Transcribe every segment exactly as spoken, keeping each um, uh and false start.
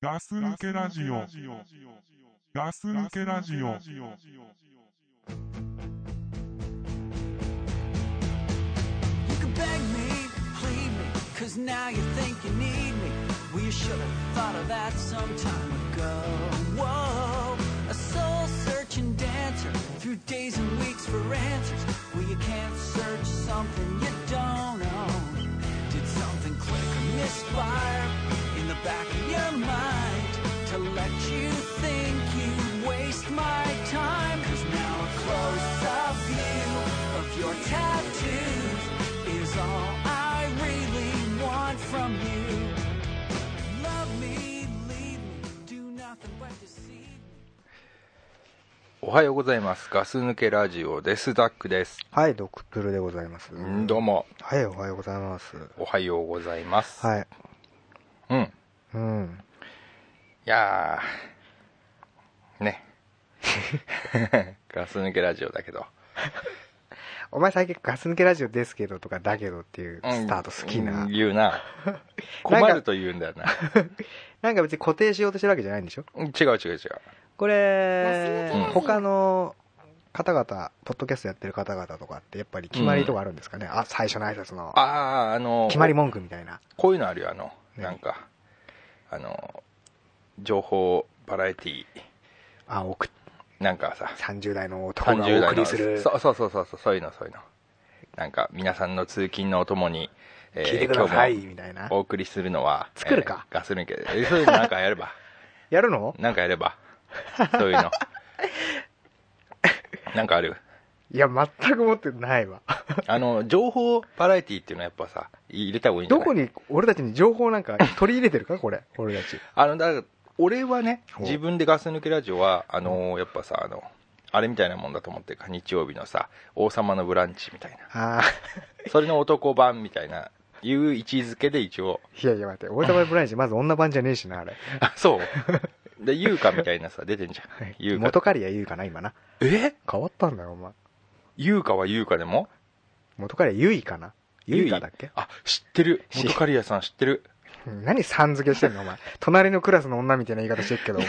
ガス抜けラジオ。ガス抜けラジオ。You can beg me, plead me, cause now you think you need me. Well, you should have thought of that some time ago. Whoa, a soul-searching dancer through days and weeks for answers. Well, you can't search something you don't own. Did something click or misfire in the back of your mind to let you think you waste my time? Cause now a close-up view of your tattoos is all I really want from you. Love me, leave me, do nothing but deceive me. おはようございます。ガス抜けラジオです。ダックです。 はい、ドクプルでございます。 どうも。 はい、おはようございます。 おはようございます。 はい。 うんうんいやーねガス抜けラジオだけどお前最近ガス抜けラジオですけどとかだけどっていうスタート好きな、 うん、言うな困ると言うんだよななんか別に固定しようとしてるわけじゃないんでしょ。 違う違う違うこれ、うん、他の方々ポッドキャストやってる方々とかってやっぱり決まりとかあるんですかね、うん、あ最初の挨拶のああの決まり文句みたいなこういうのあるよ。あのなんかあの情報バラエティーあおくなんかささんじゅう代の男がお送りするそうそうそうそうそういうのそういうのなんか皆さんの通勤のお供に、 えー、聞いてくださいみたいなお送りするのは作るか、 えー、ガス抜けでそういうのなんかやればやるのなんかやればそういうのなんかある。 いや全く持ってないわあの情報バラエティっていうのはやっぱさ入れた方がいいんじゃない。 どこに俺たちに情報なんか取り入れてるかこれ俺たちあのだから俺はね自分でガス抜けラジオはあのやっぱさあのあれみたいなもんだと思ってるから日曜日のさ王様のブランチみたいなあそれの男版みたいないう位置づけで一応いやいや待って王様のブランチまず女版じゃねえしなあれあそうで優香みたいなさ出てんじゃん、はい、 元カリア優香な今なえ変わったんだよお前。 優香は優香でも元カリアユイかなユイカだっけ。 あ知ってる元カリアさん知ってる。 何さん付けしてんのお前隣のクラスの女みたいな言い方してるけどお前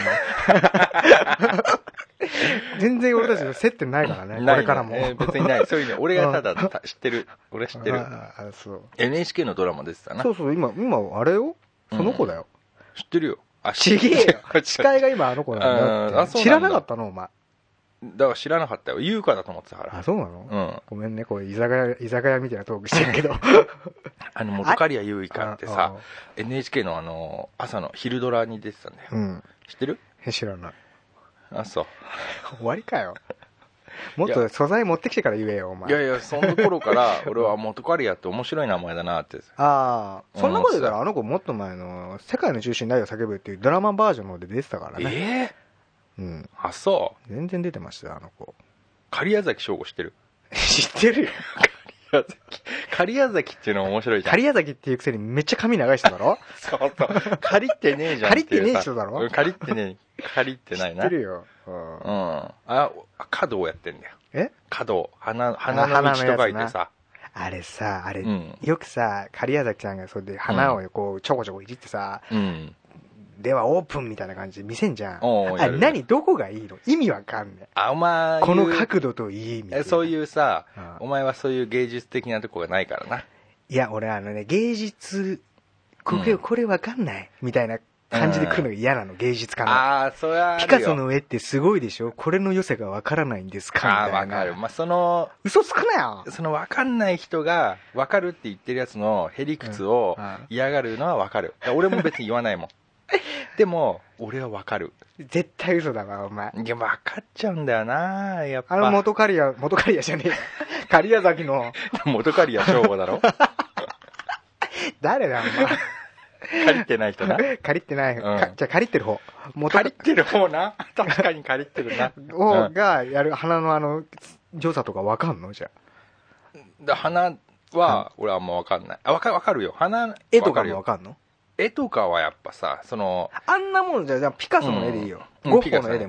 全然俺たちと接点ないからねこれからも、 えー、別にないそういうの俺がただ知ってる俺知ってるああそうエヌエイチケー のドラマ出てたな。 そうそう今今あれよその子だよ、 うん、知ってるよ。あちげえよ司会が今あの子なんだって。知らなかったのお前。 だから知らなかったよ。優香だと思ってたから。 あそうなの、 うん、 ごめんねこれ居酒屋居酒屋みたいなトークしてるけどあの元カリア優香ってさ エヌエイチケー のあの朝の昼ドラに出てたんだよ、うん、知ってる。 知らない。 あそう終わりかよもっと素材持ってきてから言えよお前。 いやいやその頃から俺は元カリアって面白い名前だなってああそんなこと言ったらあの子もっと前の世界の中心に愛を叫ぶっていうドラマバージョンので出てたからね。 ええーうん、 あそう全然出てましたよあの子。 狩矢崎翔吾知ってる知ってるよ狩矢崎狩矢崎っていうの面白いじゃん。 狩矢崎っていうくせにめっちゃ髪長い人だろそうそう借りってねえじゃん借りってねえ人だろ借りってねえ借りってないな。 知ってるようん、 うん、あ華道やってんだよ。 え華道花花の道と書いてさあれさあれ、 うん、 よくさ狩矢崎さんがそれで花をこうちょこちょこいじってさ、 うんではオープンみたいな感じで見せんじゃん。 あれ何どこがいいの意味わかんねえ。 あお前この角度といいみたいな。 そういうさ、 うん、 お前はそういう芸術的なとこがないからな。 いや俺あのね芸術これ、うん、これわかんないみたいな感じで来るのが嫌なの、うん、芸術家の。 ああそれはピカソの絵ってすごいでしょこれの良さがわからないんですかみたいな。 あわかる。まあその嘘つくなよ。 そのわかんない人がわかるって言ってるやつのへりくつを嫌がるのはわかる。俺も別に言わないもんでも俺はわかる。 絶対嘘だわお前。 いやわかっちゃうんだよなやっぱ。 あの元カリア元カリアじゃねえ狩矢崎の元カリア翔吾だろ誰だお前借りてない人な。 借りてない、うん、かじゃあ借りてる方借りてる方な確かに借りてるな方がやる花のあの上手とかわかんのじゃあだ花は俺はあんまわかんない。あわかわかるよ花絵とかもわかんの。 絵とかはやっぱさそのあんなもんじゃじゃあピカソの絵でいいよ、うん、ゴッホの絵でもいいよ、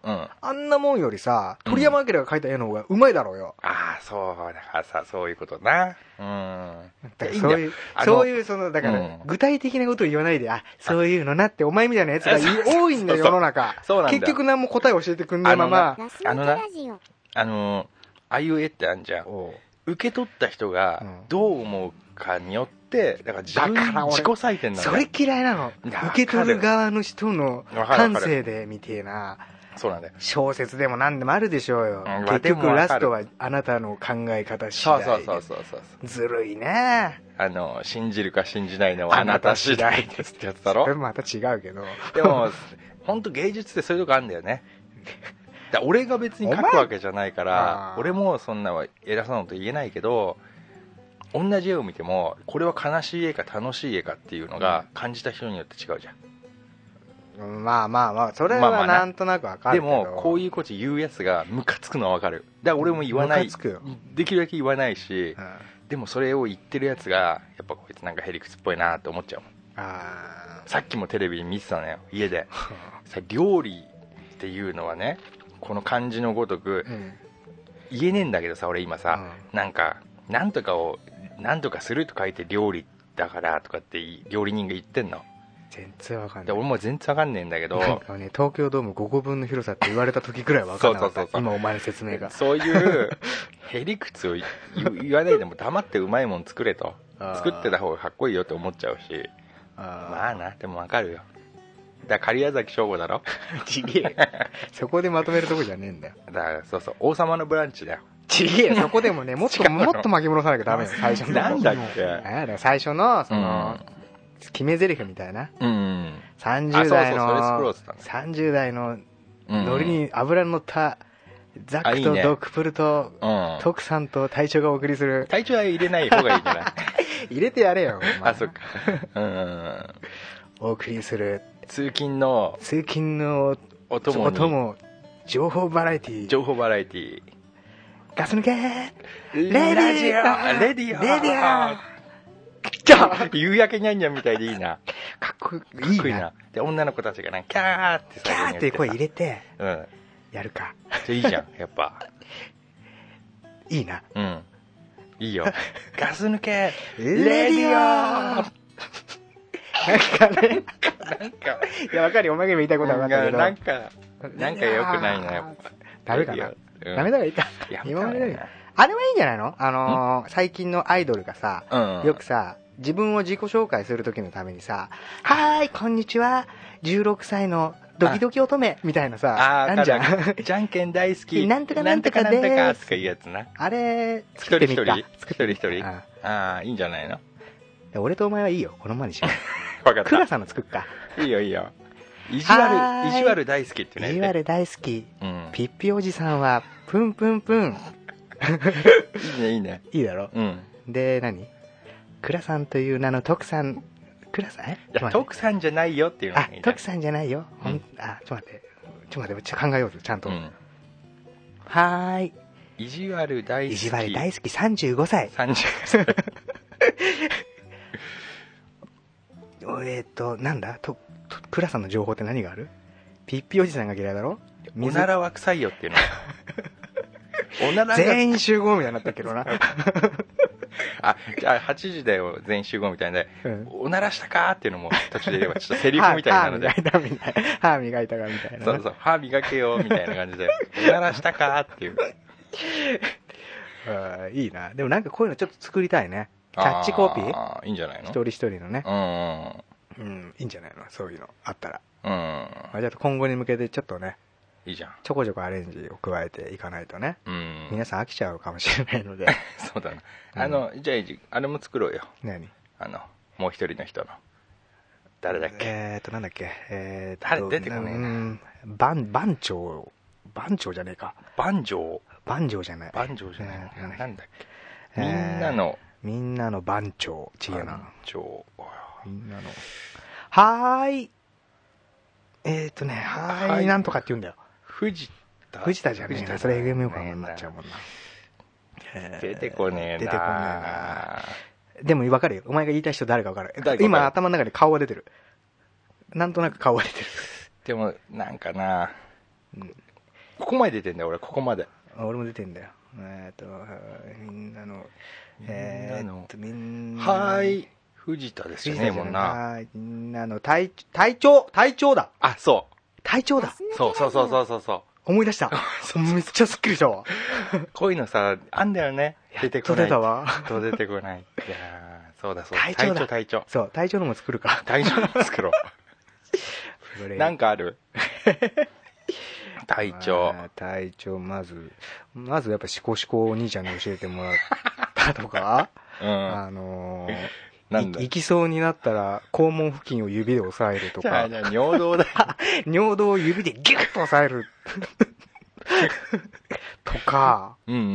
うん、あんなもんよりさ鳥山明が描いた絵の方がうまいだろうよ、 うん、ああそうだからさそういうことな、うん、 だからそういうそういうそのだから、うん、具体的なことを言わないであそういうのなってお前みたいなやつが多いんだよ世の中。そうなんだよ。結局何も答え教えてくんないままあのなあのああいう絵ってあんじゃん、受け取った人がどう思うかによってだから自分自己採点なんだよ。 それ嫌いなの。受け取る側の人の感性でみてえな。 そうなんだよ。 小説でも何でもあるでしょうよ、うん、結局ラストはあなたの考え方次第で。そうそうそうそうそうずるいね。 あの信じるか信じないのはあなた次第ですってやつだろ。 それもまた違うけどでも本当芸術ってそういうとこあるんだよね。だ俺が別に書くわけじゃないから俺もそんな偉そうなこと言えないけど同じ絵を見てもこれは悲しい絵か楽しい絵かっていうのが感じた人によって違うじゃん。 まあまあまあそれはなんとなくわかるけど、まあまあ、 でもこういうこと言うやつがムカつくのはわかる。だから俺も言わない、できるだけ言わないし、うん、でもそれを言ってるやつがやっぱこいつなんかへりくつっぽいなって思っちゃうもん。あさっきもテレビで見てたのよ家でさ料理っていうのはねこの漢字のごとく、うん、言えねえんだけどさ俺今さ、うん、なんかなんとかをなんとかすると書いて料理だからとかって料理人が言ってんの。 全然わかんない。 俺も全然わかんねえんだけどなんかね東京ドームごこぶんの広さって言われた時くらいわかんなかった。そうそうそうそう今お前の説明がそういうへりくつを言わないでも黙ってうまいもん作れと作ってた方がかっこいいよって思っちゃうしあまあなでもわかるよ。だから狩矢崎省吾だろちげえそこでまとめるとこじゃねえんだよ。 だからそうそう王様のブランチだよ。 ちげえそこでもねもっともっと巻き戻さなきゃダメよ最初のなんだっけだから最初のその、うん決め台詞みたいな、うん、さんじゅう代のさんじゅう代の海苔に油の乗ったザックとドクプルと徳さんと隊長がお送りする。 隊長は入れない方がいいんじゃない入れてやれよあそっかうんお送りする通勤の通勤のお供にお供情報バラエティ情報バラエティガス抜けレディオレディオレディオ夕焼けにゃんにゃんみたいでいいな。 かっこいいな。いいなで女の子たちがなんかキャーってキャーって声入れて、うん、やるか。 いいじゃんやっぱ。 いいな。 うん。いいよ。ガス抜けレディオ。なんかね。なんかいやわかるよお前が言いたいことは分かったけど。 なんかなんか良くないなやっぱ。 ダメかな。うん、ダメだがいいか。今までだよ。あれはいいんじゃないの？あのー、最近のアイドルがさ、うん、よくさ、自分を自己紹介するときのためにさ、はーい、こんにちは、じゅうろくさいのドキドキ乙女みたいなさ、 あんじゃん。じゃんけん大好き。 なんとかなんとかでーす。なんとかなんとかとかいうやつな。 あれ、作ってみた。 一人一人ああ、いいんじゃないの？ 俺とお前はいいよ、このままにしよう。わかった。 クラさんの作っか。 いいよいいよ。意地悪、意地悪大好きってね。 意地悪大好き。うん、ピッピおじさんは、プンプンプン。 いいねいいねいいだろ、うん、で何倉さんという名の徳さん倉さんえいや徳さんじゃないよっていうのがいいんだ。 あ徳さんじゃないよ、うん、あちょっと待ってちょっと待ってちょっと考えようぜちゃんと、うん、はーい意地悪大好き意地悪大好きさんじゅうごさいさんじゅうごさいえっとなんだと倉さんの情報って何がある？ピッピおじさんが嫌いだろ。 おならは臭いよっていうのおなら全員集合みたいになったけどなあじゃあはちじだよ全員集合みたいで、うん、おならしたかっていうのも途中で言えばちょっとセリフみたいなので歯磨いたみたい歯磨いたかみたいなそうそう歯磨けよみたいな感じでおならしたかっていうあいいな。でもなんかこういうのちょっと作りたいね。キャッチコピーあいいんじゃないの？ 一人一人のねうん、うん、 いいんじゃないのそういうのあったらうん、 まあ、じゃあ今後に向けてちょっとねいいじゃんちょこちょこアレンジを加えていかないとね、うん、皆さん飽きちゃうかもしれないのでそうだな、うん、あのじゃああれも作ろうよ。 何？ あのもう一人の人の誰だっけえーとなんだっけえーと誰出てこねえな番番長番長じゃねえか番長番長じゃない番長じゃない、えー、なんだっけみんなの、 えー、みんなの番長違うな番長みんなのはーいえーとねはーいなんとかって言うんだよ。 藤田藤田じゃねえなそれ エフエム 横浜になっちゃうもんな。 出てこねえな出てこねえな。でも分かるよお前が言いたい人誰か分かる。今頭の中で顔が出てる。なんとなく顔が出てる。 でもなんかな、うん、 ここまで出てんだよ俺、ここまで。 俺も出てんだよ。えっとみんなのえー、っとみんなはーい藤田ですよねもんな。 みんなの隊隊長隊長だ。 あ、そう隊長だ。 そうそうそうそうそうそう思い出した。めっちゃすっきりしたわ。 こういうのさあんだよね。出てこない。 出たわ。 と出てこない。いやそうだそうだ。 隊長だ。 隊長そう隊長のも作るか。 隊長の作ろう。なんかある。隊長、 まあ、隊長まずまずやっぱシコシコお兄ちゃんに教えてもらったとか、うん、あのー、なんだい行きそうになったら肛門付近を指で押さえるとか。 じゃあじゃあ尿道だ尿道を指でギュッと押さえるとか、 うんうんうん。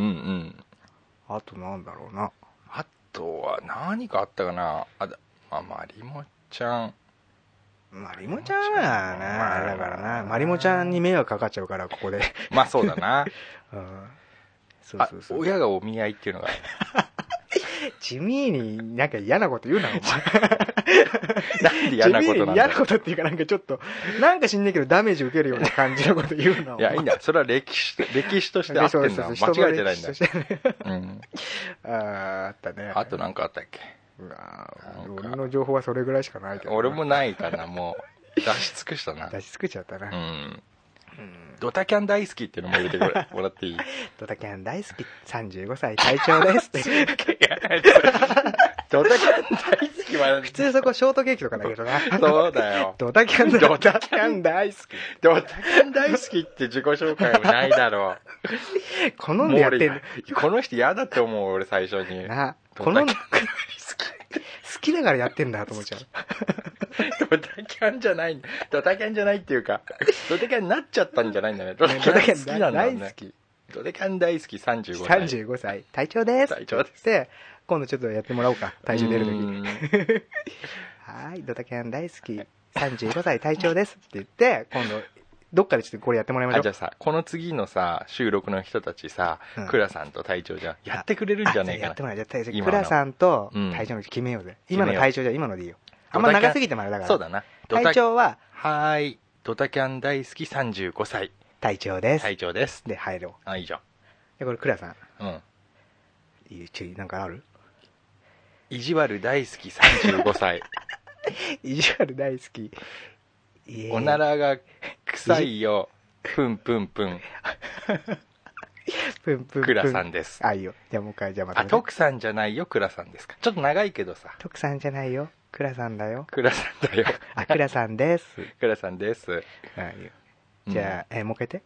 あとなんだろうな、 あとは何かあったかな。あだ、まあ、まりもちゃんまりもちゃんはな、あれだからな、まりもちゃんに迷惑かかっちゃうからここで。 まあそうだな、 うん、そうそうそう。 親がお見合いっていうのが地味になんか嫌なこと言うなお前。 なんで嫌なことなんだ。 嫌なことっていうかなんかちょっとなんか知んねえけどダメージ受けるような感じのこと言うな。 いやいいんだ、それは歴史歴史としてあってんだ。間違えてないんだ。うん。 あああったね。 あとなんかあったっけ。 うわ俺の情報はそれぐらいしかないけど。 俺もないかな、もう出し尽くしたな。 出し尽くしちゃったな。うん。 ドタキャン大好きっていうのも入れてもらっていい？ ドタキャン大好きさんじゅうごさい隊長ですって。 ドタキャン大好きは普通そこショートケーキとかだけどな。 そうだよ。 ドタキャンドタキャン大好き。 ドタキャン大好きって自己紹介もないだろう。 好んでやってる。 この人嫌だって思う俺最初に。 な、好んで好きだからやってんだと思っちゃう。 ドタキャンじゃない、ドタキャンじゃないっていうか、ドタキャンになっちゃったんじゃないんだね。ドタキャン好きなんだね。大好き。ドタキャン大好きさんじゅうごさい。 さんじゅうごさい隊長です。 隊長です。 で、今度ちょっとやってもらおうか。隊長出るとき。はい、ドタキャン大好きさんじゅうごさい隊長ですって言って、今度どっかでちょっとこれやってもらいましょう。 あ、じゃあさ、この次のさ収録の人たちさ、うん、クラさんと隊長じゃやってくれるんじゃねえかな。 やってもらう。じゃあクラさんと隊長の決めようぜ。うん、今の隊長じゃ今のでいいよ。あんま長すぎてもあれだから。 そうだな。 隊長ははーいドタキャン大好きさんじゅうごさい隊長です。 隊長ですで入ろう。 あ、いいじゃん。 でこれクラさん。 うん。 いいちょいなんかある？ 意地悪大好きさんじゅうごさい。 意地悪大好き。 おならが臭いよ。プンプンプン。 プンプン。 クラさんです。 あ、いいよ。じゃあもう一回じゃあまた。 あ、徳さんじゃないよ、クラさんですか。ちょっと長いけどさ。 徳さんじゃないよ、クラさんだよ。 クラさんだよ。 あ、クラさんです。 クラさんです。 あ、いいよ。じゃあ、うん、えー、もう一回言って。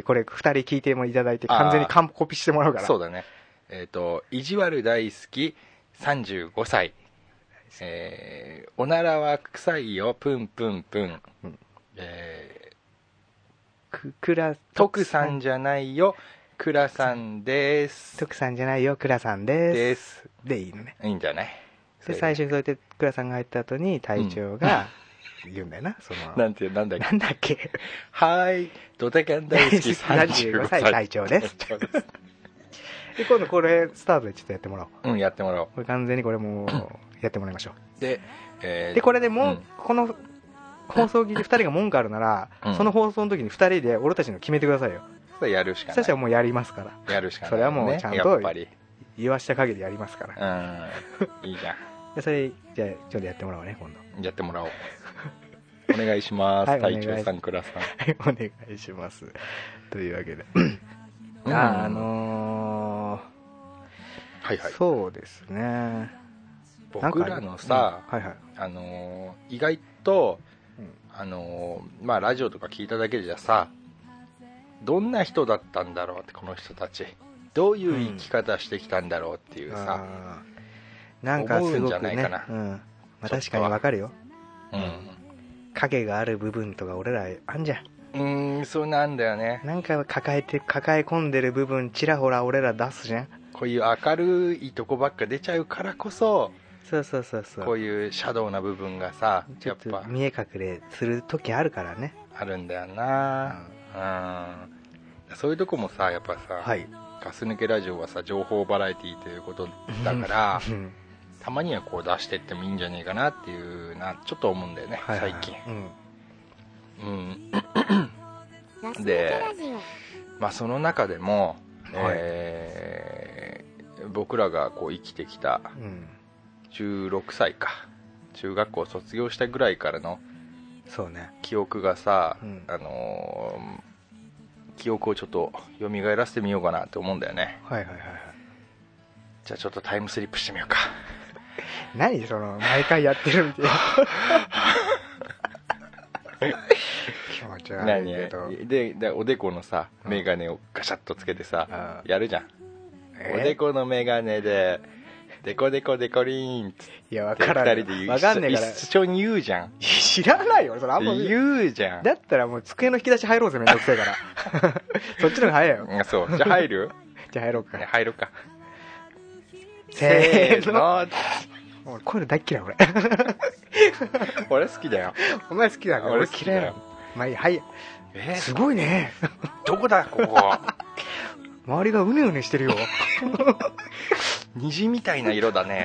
これふたり聞いてもいただいて完全に完コピしてもらうから。 そうだね。えっ、ー、と意地悪大好きさんじゅうごさい、えー、おならは臭いよプンプンプン、うん、えー、くくら徳さんじゃないよクラさんです。 徳さんじゃないよクラさんですですでいいのね。 いいんじゃない。 で最初にそうやってクラさんが入った後に隊長が、うん言うんだよな、そのなんてなんだっけなんだっけはーいドタキャン大好きさんじゅうごさい隊長ですで今度これスタートでちょっとやってもらおう。うん、やってもらおう。 これ完全にこれもうやってもらいましょう。 で、えー、 でこれでもう、うん、この放送聞いてふたりが文句あるなら、うん、その放送の時にふたりで俺たちの決めてくださいよ。 それやるしかない。 そしたらもうやりますから。 やるしかない、ね、 それはもうちゃんと言わした限りやりますから。 うんいいじゃん。 でそれじゃあちょっとやってもらおうね今度。 やってもらおう。お願いします、はい、隊長さんクラさん。 お願いします。というわけであ、あのー、 はいはい、 そうですね。 僕らのさ、 うんはいはい、 あのー、意外と、うん、あのー、まあラジオとか聞いただけじゃさ、どんな人だったんだろうって、この人たちどういう生き方してきたんだろうっていうさ、 うん、なんかすごくね、 思うんじゃないかな。 うん、まあ、確かにわかるよ。 うん、 影がある部分とか俺らあんじゃん。 うーん、そうなんだよね。 なんか抱えて抱え込んでる部分ちらほら俺ら出すじゃん。 こういう明るいとこばっか出ちゃうからこそ、 そうそうそうそう、 こういうシャドウな部分がさ、 ちょっと見え隠れする時あるからね。 あるんだよな、うん、そういうとこもさ、やっぱさ、はい、ガス抜けラジオはさ情報バラエティーということだからたまにはこう出してってもいいんじゃねえかなっていうな、ちょっと思うんだよね、はいはい、最近。うん、うん、 で、まあ、その中でも、はい、えー、僕らがこう生きてきたじゅうろくさいか、中学校卒業したぐらいからのそうね記憶がさ、うん、あのー、記憶をちょっと蘇らせてみようかなって思うんだよね。 はいはいはい。 じゃあちょっとタイムスリップしてみようか。 何その毎回やってるみたいな気持ち悪いけど。 で, でおでこのさメガネをガシャッとつけてさ、うん、やるじゃん、えー、おでこのメガネでデコデコデコリーンっつっていや分からない、 ふたりで言う、分かんねえから一緒に言うじゃん。 知らないよそれあんま言うじゃん。 だったらもう机の引き出し入ろうぜ、めんどくせえからそっちの方が早いよ。 そうじゃあ入るじゃあ入ろうか。 入ろうか。 せーの。俺こういうの大っ嫌い俺俺好きだよ。 お前好きだから俺嫌いだよ。まあいい、はい、えー、すごいね。 どこだここ周りがうねうねしてるよ虹みたいな色だね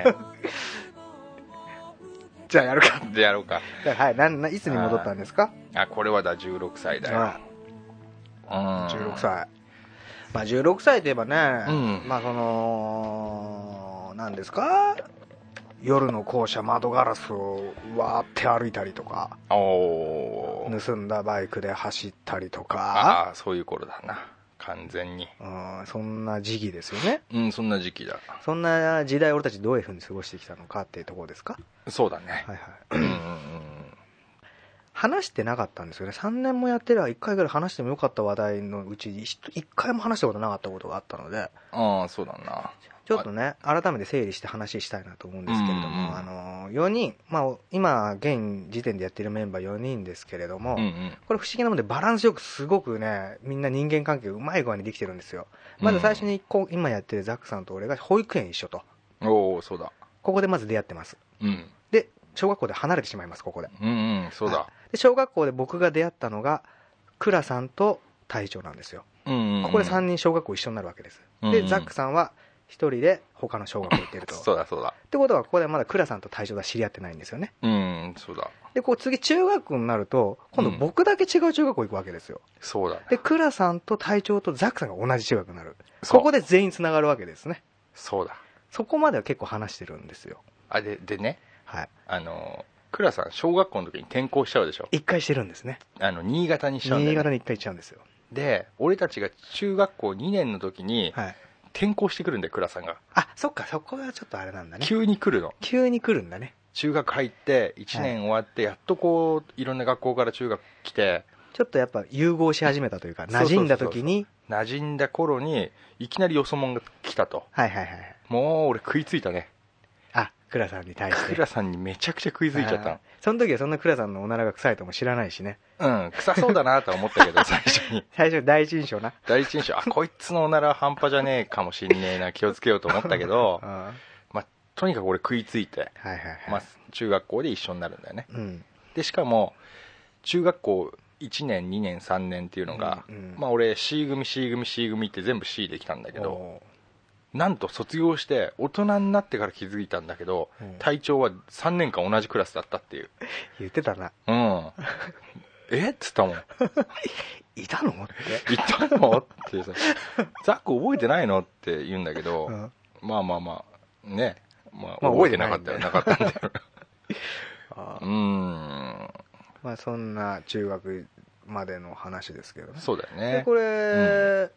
じゃあやるか。 じゃあやろうか。 はい、なんいつに戻ったんですか。 あこれはだじゅうろくさいだよ。 うんじゅうろくさい。まあじゅうろくさいといえばね、うん、まあその何ですか、夜の校舎窓ガラスをわーって歩いたりとか、お盗んだバイクで走ったりとか。 ああそういう頃だな完全に。 うん、そんな時期ですよね。 うんそんな時期だ。 そんな時代俺たちどういう風に過ごしてきたのかっていうところですか。 そうだね。 はいはいうんうん、うん、話してなかったんですよね。さんねんもやってればいっかいぐらい話してもよかった話題のうちいっかいも話したことなかったことがあったので。 ああそうだな。 ちょっとね改めて整理して話したいなと思うんですけれども、うんうん、あのよにん、まあ、今現時点でやってるメンバーよにんですけれども、うんうん、これ不思議なもんでバランスよくすごくねみんな人間関係うまい具合にできてるんですよ。まず最初にこう今やってるザックさんと俺が保育園一緒と。 おおそうだ。 ここでまず出会ってます、うん、で小学校で離れてしまいますここで。 うんうんそうだ、 はい、で小学校で僕が出会ったのが倉さんと隊長なんですよ、うんうんうん、ここでさんにん小学校一緒になるわけです。で、うんうん、ザックさんは一人で他の小学校行ってるとそうだそうだ。 ってことはここでまだ倉さんと隊長が知り合ってないんですよね。 うんそうだ。 でこう次中学校になると今度僕だけ違う中学校行くわけですよ、うん、 そうだ、ね、 で倉さんと隊長とザックさんが同じ中学になる。ここで全員つながるわけですね。 そうだ。 そこまでは結構話してるんですよ。 あででね、 はい、 あの倉さん小学校の時に転校しちゃうでしょ。 一回してるんですね。 あの新潟にしちゃうんだよ、ね、 新潟に一回行っちゃうんですよ。 で俺たちが中学校にねんの時に、はい転校してくるんだよ倉さんが。 あそっかそこはちょっとあれなんだね。 急に来るの。 急に来るんだね。 中学入っていちねん終わって、はい、やっとこういろんな学校から中学来てちょっとやっぱ融合し始めたというか馴染んだ時に馴染んだ頃にいきなりよそ者が来たと。 はいはいはい。 もう俺食いついたね。 あ倉さんに対して。 倉さんにめちゃくちゃ食いついちゃったの。 その時はそんな倉さんのおならが臭いとも知らないしね。 うん臭そうだなとは思ったけど最初に最初第一印象な。 第一印象あこいつのおなら半端じゃねえかもしんねえな気をつけようと思ったけどあ、まあ、とにかく俺食いついて、はいはいはいまあ、中学校で一緒になるんだよね、うん、でしかも中学校いちねんにねんさんねんっていうのが、うんうんまあ、俺 C 組 C 組 C 組って全部 C できたんだけどなんと卒業して大人になってから気づいたんだけど、うん、隊長はさんねんかん同じクラスだったっていう。 言ってたな。 うんえっつったもんいたのっていたのってさザック覚えてないのって言うんだけど、うん、まあまあまあね、まあ、覚えてなかったよ、なかったんだよあうーんまあそんな中学までの話ですけどね。 そうだよね。 でこれ、うん、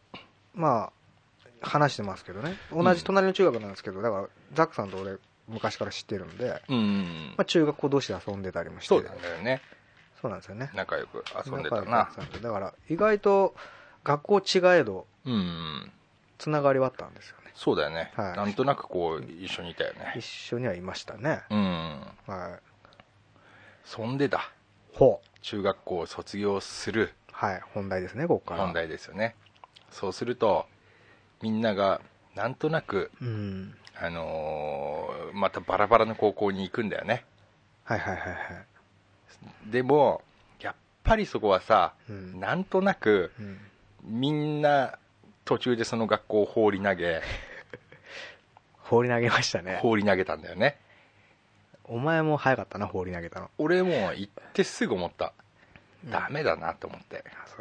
まあ話してますけどね同じ隣の中学なんですけど、うん、だからザックさんと俺昔から知ってるんで、うんうんまあ、中学校同士で遊んでたりもして。 そうなんだよね。 そうなんですよね。 仲良く遊んでたな。 だから意外と学校違えどつながりはあったんですよね。 そうだよね、はい、なんとなくこう一緒にいたよね。 一緒にはいましたね。うん、 はい、そんでだほう中学校を卒業する。 はい本題ですね。ここから本題ですよね。そうするとみんながなんとなく、うん、あのー、またバラバラの高校に行くんだよね。 はいはいはいはい。 でもやっぱりそこはさ、うん、なんとなく、うん、みんな途中でその学校を放り投げ放り投げましたね。 放り投げたんだよね。 お前も早かったな放り投げたの。 俺も行ってすぐ思った、うん、ダメだなと思って。 そう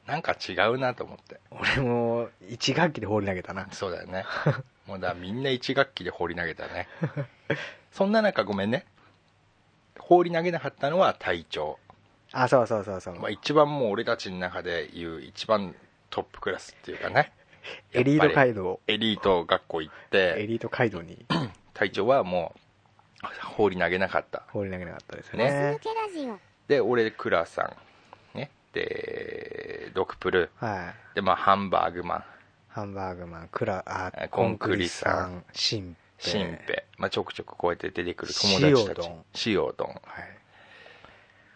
なんか違うなと思って。 俺もいち学期で放り投げたな。 そうだよね。もうだみんないち学期で放り投げたね。そんな中ごめんね、放り投げなかったのは隊長。 あ、そうそうそうそう、 まあ、一番もう俺たちの中でいう一番トップクラスっていうかね、 エリート街道、 エリート学校行ってエリート街道に隊長はもう放り投げなかった。 放り投げなかったですね。 で俺クラさんね、でドクプル、 はい、 でまあハンバーグマンハンバーグマンクラあコンクリさんシンペシンペ、まあ、ちょくちょくこうやって出てくる友達たち、シオドン、はい、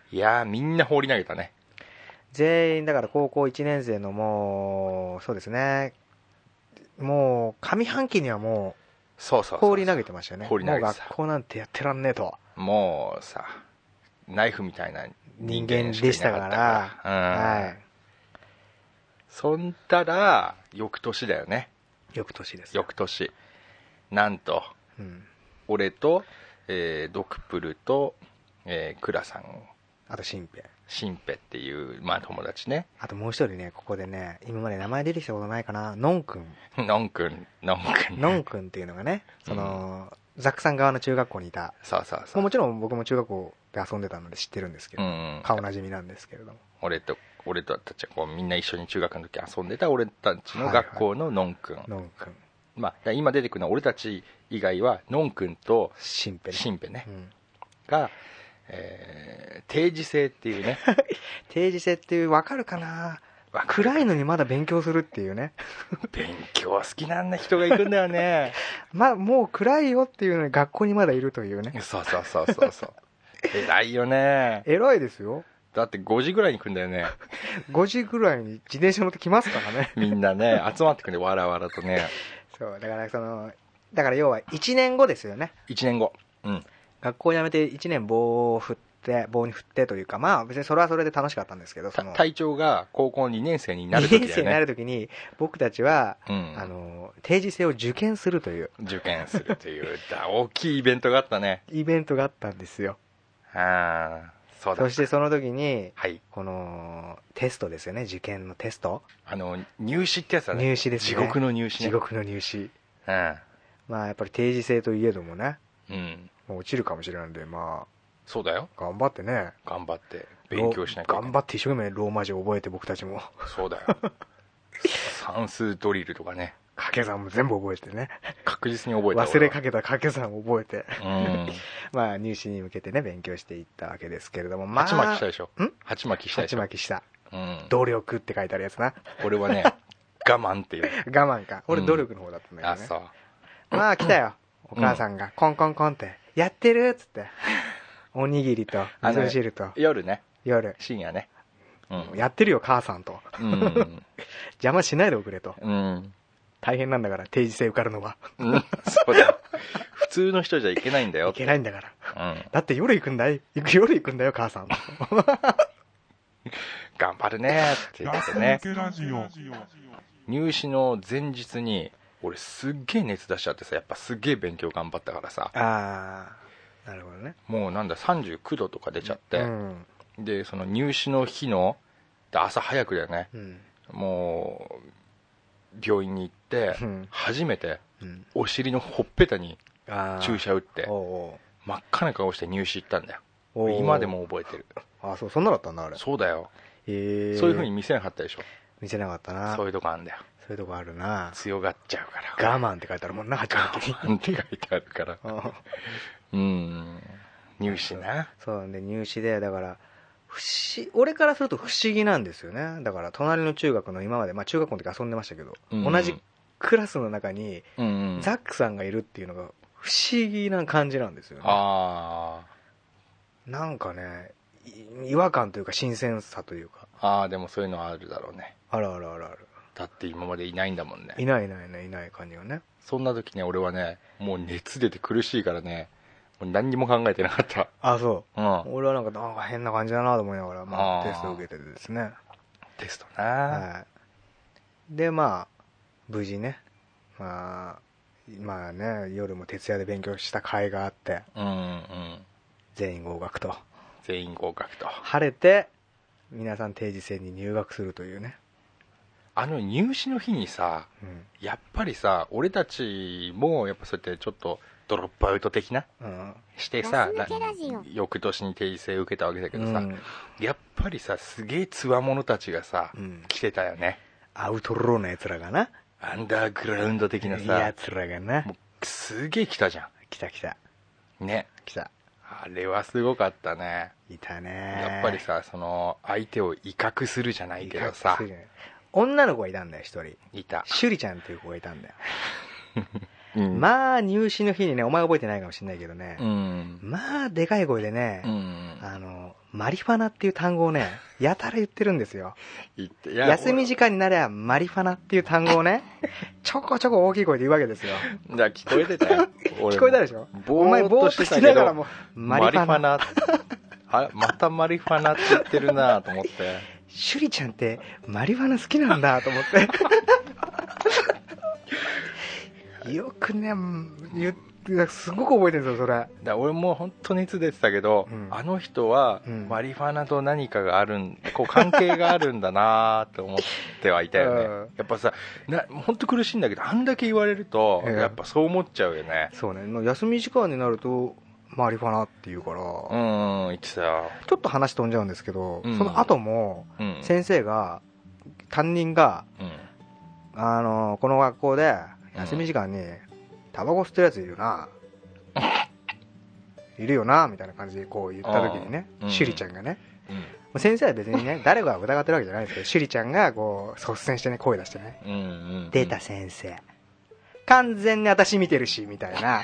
いやーみんな放り投げたね。 全員だから高校いちねん生のもうそうですね、もう上半期にはもうそうそう放り投げてましたよね。 放り投げてた。 もう学校なんてやってらんねえと、 もうさナイフみたいな人間でしたから、うん、はい。 そんたら翌年だよね。 翌年です。 翌年なんと、うん、俺と、えー、ドクプルと、えー、クラさん、 あとシンペシンペっていう、まあ、友達ね。 あともう一人ね、ここでね今まで名前出てきたことないかな、ノンくんノンくんノンくんノンくんっていうのがね、その、うん、ザックさん側の中学校にいた。 そうそうそう、 もちろん僕も中学校で遊んでたので知ってるんですけど、うん、顔なじみなんですけれども、 俺と俺たちはこうみんな一緒に中学の時遊んでた俺たちの学校のノンくん、はいはい、ノンくん、まあ、今出てくるのは俺たち以外はノンくんとシンペね、 シンペね、うん、が、えー、定時制っていうね定時制っていう、分かるかな、暗いのにまだ勉強するっていうね勉強好きなんな人がいるんだよねまあもう暗いよっていうのに学校にまだいるというね。 そうそうそうそうそう偉いよね。 偉いですよ。 だってごじぐらいに来るんだよねごじぐらいに自転車乗って来ますからねみんなね集まってくるんでわらわらとね。 そうだからそのだから要はいちねんごですよね。 いちねんご、うん、 学校辞めていちねん棒を振って棒に振ってというか、まあ別にそれはそれで楽しかったんですけど、その隊長が高校にねん生になる時だよね。にねん生になる時に僕たちは、うん、あの定時制を受験するという受験するという大きいイベントがあったね。 イベントがあったんですよ。 ああ、そうだ。 そしてその時に、 はい、 このテストですよね、受験のテスト、 あの入試ってやつだね。 入試ですね。 地獄の入試ね。 地獄の入試、うん、 まあやっぱり定時制といえどもね、 うん、 もう落ちるかもしれないんで、まあそうだよ、 頑張ってね、 頑張って勉強しなきゃいけない。 頑張って一生懸命ローマ字を覚えて僕たちもそうだよ算数ドリルとかね、 掛け算も全部覚えてね、 確実に覚えた。 忘れかけた掛け算を覚えて、 うん、 まあ入試に向けてね勉強していったわけですけれども、まあ鉢巻きしたでしょ。ん鉢巻きしたでしょ。 鉢巻きした、 うん、 努力って書いてあるやつな。 俺はね我慢っていう我慢か、俺努力の方だったんだけどね、うん、あ、そうまあ来たよお母さんが、うん、コンコンコンってやってるっつっておにぎりと味噌汁と夜ね、 夜深夜ね、 うん、やってるよ母さんと、うん、邪魔しないでおくれと、うん、大変なんだから定時制受かるのは、 うん、そうだよ普通の人じゃいけないんだよ。 いけないんだから、うん、だって夜行くんだよ夜行くんだよ母さん頑張るねって言ってね。入試の前日に俺すっげえ熱出しちゃってさ、やっぱすっげえ勉強頑張ったからさ、 ああなるほどね、 もうなんださんじゅうきゅうどとか出ちゃって、うん、でその入試の日の朝早くだよね、うん、もう病院に行って、うん、初めてお尻のほっぺたに注射打って、真っ赤な顔して入試行ったんだよ。今でも覚えてる。 ああ、そう、そんなだったんだあれ。 そうだよ、へえ。そういう風に見せなかったでしょ。 見せなかったな。 そういうとこあるんだよ。 そういうとこあるな。 強がっちゃうから。 我慢って書いてあるもんな、はちまきに。 我慢って書いてあるからうん、入試な。 そうなんで入試で、だから不思俺からすると不思議なんですよね。だから隣の中学の今まで、まあ中学校の時遊んでましたけど、うんうん、同じクラスの中にザックさんがいるっていうのが不思議な感じなんですよね。ああ、なんかね、違和感というか新鮮さというか。 ああ、でもそういうのはあるだろうね。 あるあるあるある。 だって今までいないんだもんね。 いないいないいないいない感じがね。 そんな時ね、俺はね、もう熱出て苦しいからね、もう何にも考えてなかった。 あ、そう、うん、俺はなんかなんか変な感じだなと思いながら、まあ、テストを受けててですね。 テストな、はい、でまあ無事ね、まあまあね、夜も徹夜で勉強した甲斐があって、うんうん、全員合格と。 全員合格と。 晴れて皆さん定時制に入学するというね。 あの入試の日にさ、うん、やっぱりさ俺たちもやっぱそうやってちょっとドロップアウト的な、うん、してさ翌年に定時制受けたわけだけどさ、うん、やっぱりさすげえつわものたちがさ、うん、来てたよね。 アウトローのやつらがな、 アンダーグラウンド的なさやつらがな、もうすげえ来たじゃん。 来た来たね、 来た。 あれはすごかったね。 いたね。 やっぱりさその相手を威嚇するじゃないけどさ、 女の子がいたんだよ一人。 いた。 シュリちゃんっていう子がいたんだよ、うん、まあ入試の日にね、お前覚えてないかもしれないけどね、うん、まあでかい声でね、うん、あのマリファナっていう単語をねやたら言ってるんですよ。言ってや休み時間になればマリファナっていう単語をねちょこちょこ大きい声で言うわけですよ。 だから聞こえてたよ聞こえたでしょ。 お前ぼーっとしながらもマリファナあまたマリファナって言ってるなと思ってシュリちゃんってマリファナ好きなんだと思ってよくね言ってすごく覚えてるんですよそれ。 だ俺も本当熱出てたけど、うん、あの人はマリファナと何かがあるんこう関係があるんだなと思ってはいたよね、うん、やっぱさな本当苦しいんだけどあんだけ言われるとやっぱそう思っちゃうよね。 そうね、休み時間になるとマリファナって言うから、 うん言ってたよ。 ちょっと話飛んじゃうんですけど、うん、その後も、うん、先生が担任が、うん、あのこの学校で休み時間にタバコ吸ってるやついるな、いるよなみたいな感じでこう言った時にね、うん、シュリちゃんがね、うん、先生は別にね誰が疑ってるわけじゃないですけどシュリちゃんがこう率先してね声出してね、うんうんうん、出た先生完全に私見てるしみたいな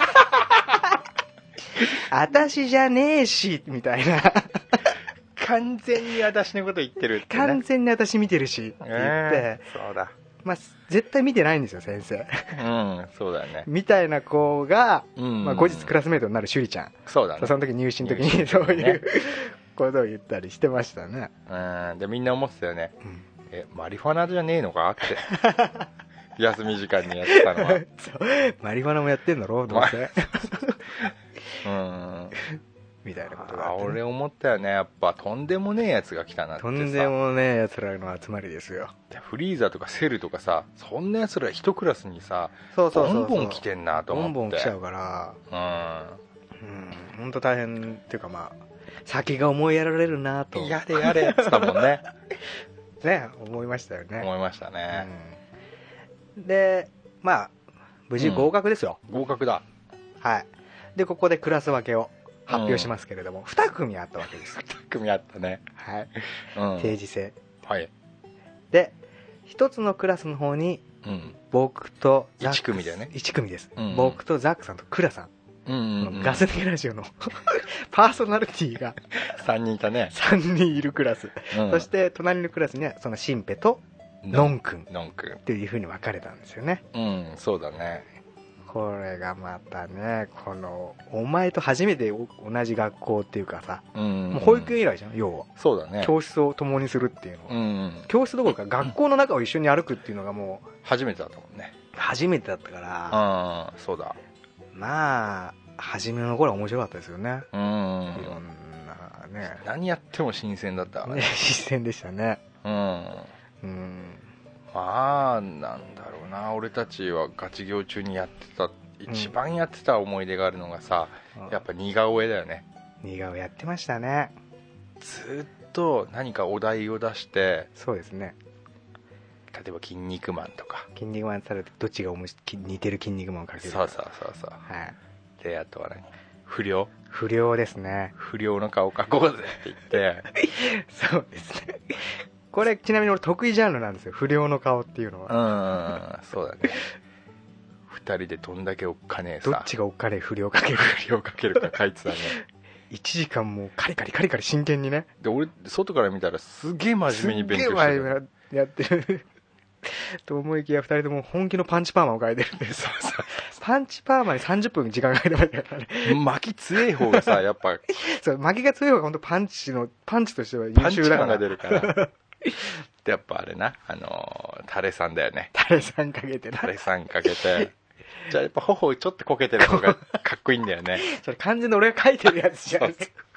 私じゃねえしみたいな完全に私のこと言ってるって、 ね、完全に私見てるしって言って、えー、そうだ、 まあ、絶対見てないんですよ先生。 うんそうだねみたいな子が、うんまあ、後日クラスメートになるシュリちゃん。 そうだね。 その時入試の時にそういう、ね、ことを言ったりしてましたね。 うんでみんな思ってたよね、うん、えマリファナじゃねえのかって休み時間にやってたのはそうマリファナもやってんだろうと思って、まうんみたいなことがあって、 ね、俺思ったよねやっぱとんでもねえやつが来たなってさ。 とんでもねえやつらの集まりですよ。 フリーザとかセルとかさそんなやつら一クラスにさそうそうそうそうボンボン来てんなと思ってボンボン来ちゃうからうん本当、うん、大変っていうかまあ先が思いやられるなとやれやれって言ったもんねね思いましたよね。 思いましたね、 うん、でまあ無事合格ですよ、 うん、合格だ。 はいでここでクラス分けを発表しますけれども、うん、に組あったわけです。 に組あったね。 はい、うん、定時制。 はいでひとつのクラスの方に、うん、僕とザックいち組だよね。 いち組です、うんうん、僕とザックさんとクラさん、うんうんうん、ガス抜けラジオのパーソナリティがさんにんいたね。 さんにんいるクラス、うん、そして隣のクラスにはそのシンペとノン君ノン君っていう風に分かれたんですよね。 うんそうだね。 これがまたねこのお前と初めて同じ学校っていうかさ、うんうん、もう保育園以来じゃん要は。 そうだね。 教室を共にするっていうのは、うんうん、教室どころか学校の中を一緒に歩くっていうのがもう初めてだったもんね。 初めてだったから、 ああそうだ。 まあ初めの頃は面白かったですよね。うんいろんなね何やっても新鮮だったね。 新鮮でしたね。うんうんまあなんだろうな俺たちはガチ業中にやってた一番やってた思い出があるのがさ、うん、やっぱ似顔絵だよね。 似顔絵やってましたね。 ずっと何かお題を出してそうですね例えば筋肉マンとか筋肉マンされてどっちが似てる筋肉マンをかけるそうそうそうそう、はい、であとは何不良不良ですね。 不良の顔描こうぜって言ってそうですねこれちなみに俺得意ジャンルなんですよ不良の顔っていうのは。うんそうだねふたりでどんだけおっかねえさどっちがおっかねえ不良かける不良かけるか書いてたねいちじかんもうカリカリカリカリ真剣にね。 で俺外から見たらすげえ真面目に勉強してるすげえ真面目やってると思いきやふたりとも本気のパンチパーマを描いてるんでそうそうパンチパーマにさんじゅっぷん時間がかかってましたからね巻き強い方がさやっぱそう巻きが強い方が本当パンチのパンチとしては優秀だからパンチ感が出るからでやっぱあれなあのー、タレさんだよね。 タレさんかけてなタレさんかけてじゃあやっぱ頬ちょっとこけてる方がかっこいいんだよねそれ完全に俺が描いてるやつじゃん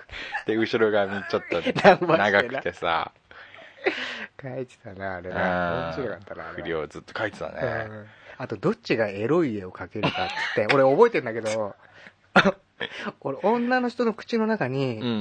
で後ろ髪ちょっと、ね、長くてさ書いてたなあれな。面白かったなあれ。 不良ずっと書いてたね。 あとどっちがエロい絵を描けるかって俺覚えてんだけど俺女の人の口の中に、うんうん、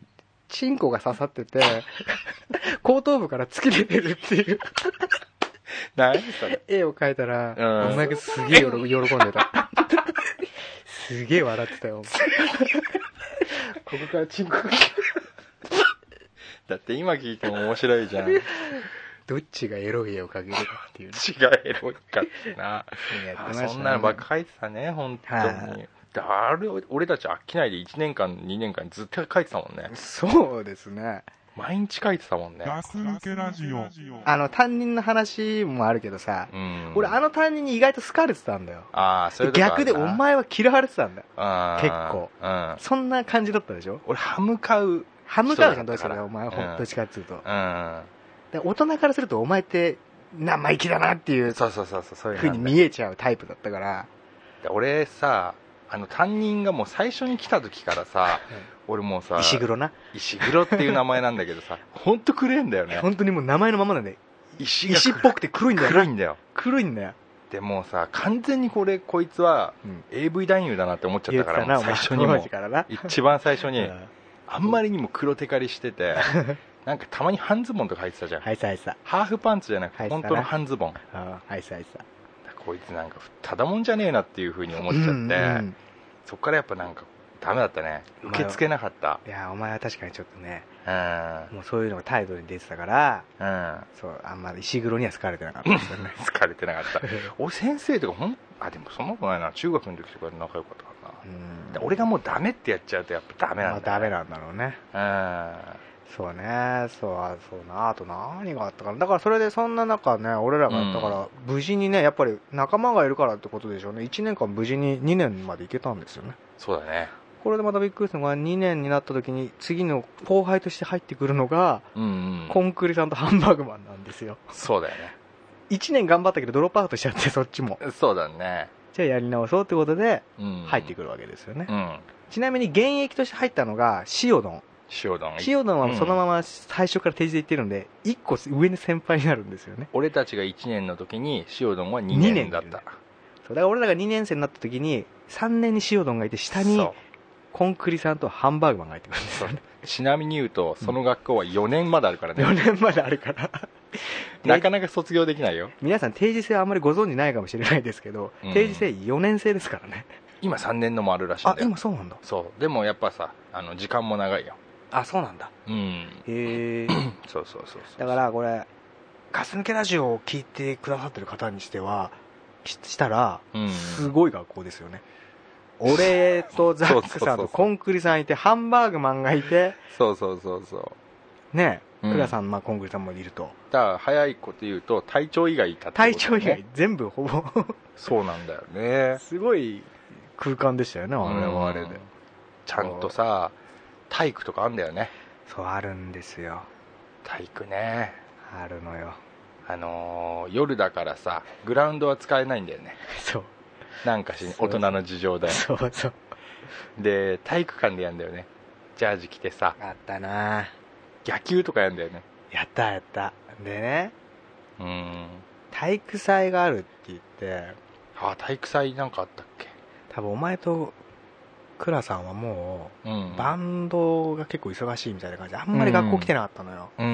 チンコが刺さってて後頭部から突き出てるっていう何それ絵を描いたら、うん、お前がすげえ喜んでたすげえ笑ってたよここからチンコがだって今聞いても面白いじゃんどっちがエロい絵を描けるかっていう、ね、 どっちがエロいかってなね、そんなのばっか描いてたね本当に。あれ俺たち飽きないでいちねんかんにねんかんずっと描いてたもんね。 そうですね、 毎日描いてたもんね。 ガス抜けラジオ。 あの担任の話もあるけどさ、うん、俺あの担任に意外と好かれてたんだよ。 あそういうとこあるな。 逆でお前は嫌われてたんだよ結構、 うん、 そんな感じだったでしょ。 俺歯向かう歯向かうじゃんどうしたらお前は、うん、どっちかっていうと、うん、で大人からするとお前って生意気だなっていうそうそうそうそう風に見えちゃうタイプだったから。 で俺さあの担任がもう最初に来た時からさ、うん、俺もうさ石黒な石黒っていう名前なんだけどさ本当黒いんだよね。 本当にもう名前のままなんで石石っぽくて黒いんだよ。 黒いんだよ黒いんだよ。 でもうさ完全にこれこいつは エーブイ 男優だなって思っちゃったから、もう最初にも一番最初にあんまりにも黒テカリしててなんかたまに半ズボンとか履いてたじゃん。 はいさはいさハーフパンツじゃなくて本当の半ズボン。 はいさはいさこいつなんかただもんじゃねえなっていう風に思っちゃって、うんうん、そっからやっぱなんかダメだったね。受け付けなかった。 いやお前は確かにちょっとね、うん、もうそういうのが態度に出てたから、うん、そうあんまり石黒には好かれてなかったですよね好かれてなかった俺先生とかほんあでもそんなことないな。中学の時とか仲良かったからな。うん俺がもうダメってやっちゃうとやっぱダメなんだ、ね、 まあ、ダメなんだろうね。うんそうね、そうそうな。あと何があったかな。だからそれでそんな中ね、俺らがだから無事にね、やっぱり仲間がいるからってことでしょうね。いちねんかん無事ににねんまで行けたんですよね。 そうだね。 これでまたびっくりするのがにねんになった時に次の後輩として入ってくるのが、うんうん、コンクリさんとハンバーグマンなんですよ。 そうだよね。 いちねん頑張ったけどドロップアウトしちゃってそっちも。 そうだね。 じゃあやり直そうってことで入ってくるわけですよね。うんうん、ちなみに現役として入ったのが塩丼。 塩丼塩丼はそのまま最初から提示で言ってるんでいっこ上に先輩になるんですよね。 俺たちがいちねんの時に塩丼はにねんだった。 そうだから俺らがにねん生になった時にさんねんに塩丼がいて下にコンクリさんとハンバーグマンが入ってくるんですよね。 ちなみに言うとその学校はよねんまであるからね。 よねんまであるからなかなか卒業できないよ。 皆さん定時制はあんまりご存じないかもしれないですけど、うん、定時制よねん生ですからね。 今さんねんのもあるらしいんだよ。 あ今そうなんだ。 そうでもやっぱさあの時間も長いよ。 あそうなんだ。うんへえそうそうそうそう。 だからこれガス抜けラジオを聞いてくださってる方にしてはしたらすごい学校ですよね。俺とザックさんとコンクリさんいてハンバーグマンがいてそうそうそうそうねえ、うん、クラさん、まあ、コンクリさんもいると。 だから早いこと言うと隊長以外いたってこと、 ね、隊長以外全部ほぼそうなんだよね。 すごい空間でしたよねあれはあれで。 ちゃんとさ体育とかあんだよね。 そうあるんですよ体育ね。 あるのよ。 あのー、夜だからさグラウンドは使えないんだよね。 そうなんかし大人の事情で。 そうそうで体育館でやんだよね。ジャージ着てさあったな野球とかやんだよね。 やったやったでねうん体育祭があるって言ってあ体育祭なんかあったっけ。 多分お前とクラさんはもう、うん、バンドが結構忙しいみたいな感じであんまり学校来てなかったのよ、うん、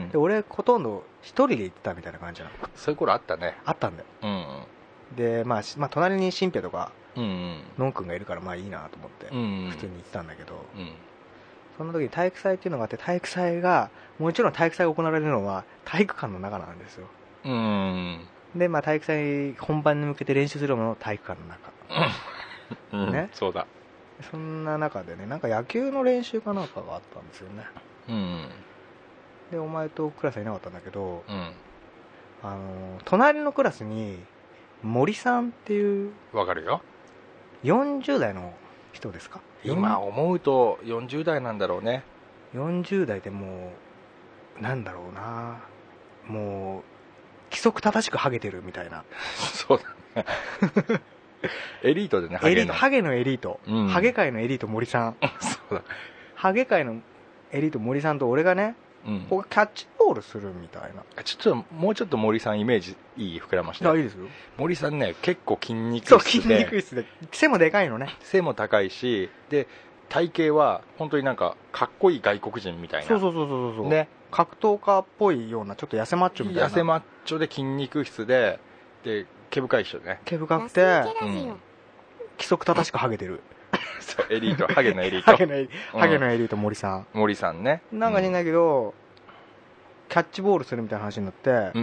で俺ほとんど一人で行ってたみたいな感じなの。 そういう頃あったね。 あったんだよ、うん、で、まあ、まあ隣に新平とか、うん、のんくんがいるからまあいいなと思って普通に行ってたんだけど、うん、その時に体育祭っていうのがあって体育祭がもちろん体育祭が行われるのは体育館の中なんですよ、うん、で、まあ、体育祭本番に向けて練習するのも体育館の中、 うんね、そうだ。 そんな中でねなんか野球の練習かなんかがあったんですよね、うん、でお前とクラスいなかったんだけど、うん、あの隣のクラスに森さんっていうわかるよよんじゅう代の人ですか。 今思うとよんじゅう代なんだろうね。 よんじゅう代でもうなんだろうなもう規則正しくハゲてるみたいなそうだねエリートでねハゲのハゲのエリート、うん、ハゲ界のエリート森さんそうだハゲ界のエリート森さんと俺がね、うん、ここキャッチボールするみたいな。 ちょっともうちょっと森さんイメージいい膨らまして。 あ、いいですよ。 森さんね結構筋肉質で、 そう筋肉質で背もでかいのね。 背も高いし、で体型は本当になんかかっこいい外国人みたいな。 そうそうそうそうそうね、 格闘家っぽいようなちょっと痩せマッチョみたいな。 痩せマッチョで筋肉質で、で毛深い人ね。 毛深くて、うん、規則正しくハゲてる。 そうエリート、ハゲのエリート。 ハゲのエリート、うん、ハゲのエリート森さん。 森さんね。 なんか知んないけど、うん、キャッチボールするみたいな話になって、うんうんうん、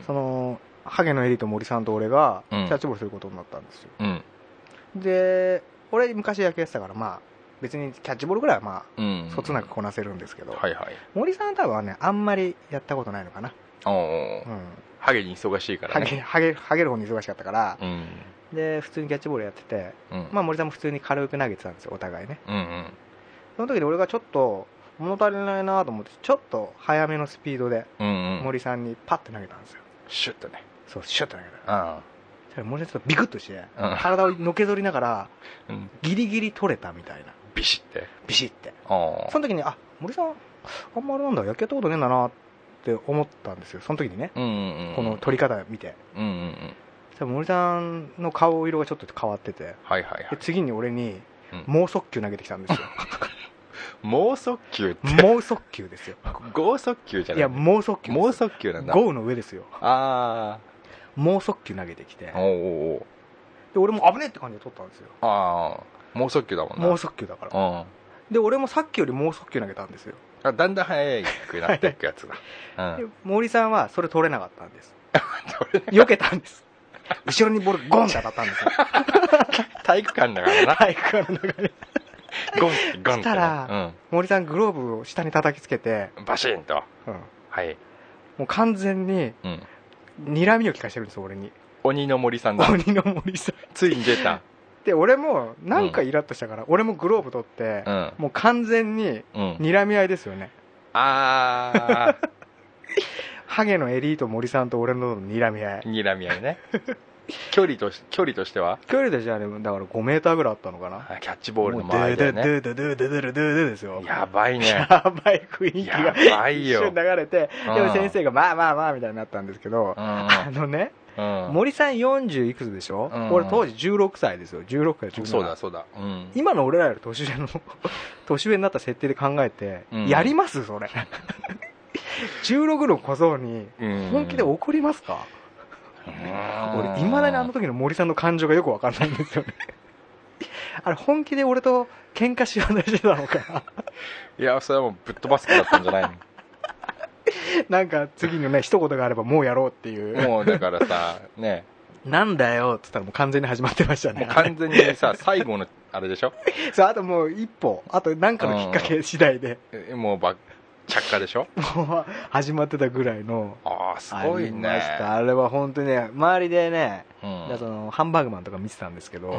そのハゲのエリート森さんと俺がキャッチボールすることになったんですよ。うん、で、俺昔野球やってたから、まあ別にキャッチボールぐらいはまあ、うんうん、そつなくこなせるんですけど、はいはい、森さん多分はねあんまりやったことないのかな。おー、うん、 ハゲに忙しいからね。ハゲ、 ハゲ、ハゲる方に忙しかったから、うん、で普通にキャッチボールやってて、うん、まあ森さんも普通に軽く投げてたんですよ、お互いね。うんうん、その時に俺がちょっと物足りないなと思ってちょっと早めのスピードで森さんにパッて投げたんですよ。 シュッとね。 そう、シュッと投げた。うん、森さんちょっとビクッとして、うん、体をのけぞりながら、うん、ギリギリ取れたみたいな。 ビシッてビシッて。その時にあ森さんあんまりなんだ野球やったことねえんだなって思ったんですよ、その時にね、うんうんうん、この取り方見て、うんうんうん、森さんの顔色がちょっと変わってて、はいはいはい、で次に俺に猛速球投げてきたんですよ。 猛速球って猛速球ですよ。 剛速球じゃない。 いや猛速球。 猛速球なんだ。 剛の上ですよ。ああ。猛速球投げてきて、おおで俺も危ねえって感じで取ったんですよ。ああ、猛速球だもんな。 猛速球だから、うん、で俺もさっきより猛速球投げたんですよ。 あ、だんだん速くなっていくやつだ。うん、で森さんはそれ取れなかったんです。避けたんです。後ろにボールゴンって当たったんですよ。 体育館だからな。 体育館の中でゴンってゴンって、ね、 したら、うん、森さんグローブを下に叩きつけてバシンと、うん、はい、 もう完全に、うん、睨みを利かしてるんですよ俺に。 鬼の森さんだ。 鬼の森さんついに出た。 で俺もなんかイラッとしたから、うん、俺もグローブ取って、うん、もう完全に睨み合いですよね、うん、ああハゲのエリート森さんと俺の睨み合い睨み合いね。距離とし距離としては距離としてはね、だからごメーターぐらいあったのかな。 キャッチボールの周りでね。 ドゥドゥドゥドゥドゥドゥドゥドゥですよ。 やばいね。 やばい雰囲気がやばいよ一瞬流れて、でも先生がまあまあまあみたいになったんですけど、うん、あのね、うん、森さんよんじゅういくつでしょ、うん、俺当時じゅうろくさいですよ。じゅうろくかじゅうなな。 そうだそうだ、うん、 今の俺らより年上の年上になった設定で考えて、うん、やりますそれ。じゅうろくの小僧に本気で怒りますか？俺いまだにあの時の森さんの感情がよく分かんないんですよね。あれ本気で俺と喧嘩しようとしてたのか。 いやそれはもうぶっ飛ばす気だったんじゃないの。 なんか次のね一言があればもうやろうっていう。 もうだからさね、 なんだよっつったらもう完全に始まってましたね。 もう完全にさ最後のあれでしょ。 そう、あともう一歩、あと何かのきっかけ次第で、 うん、もうば着火でしょ。 もう始まってたぐらいの。 ああすごいね。ありました。 あれは本当にね、周りでね、うん、そのハンバーグマンとか見てたんですけど、うん、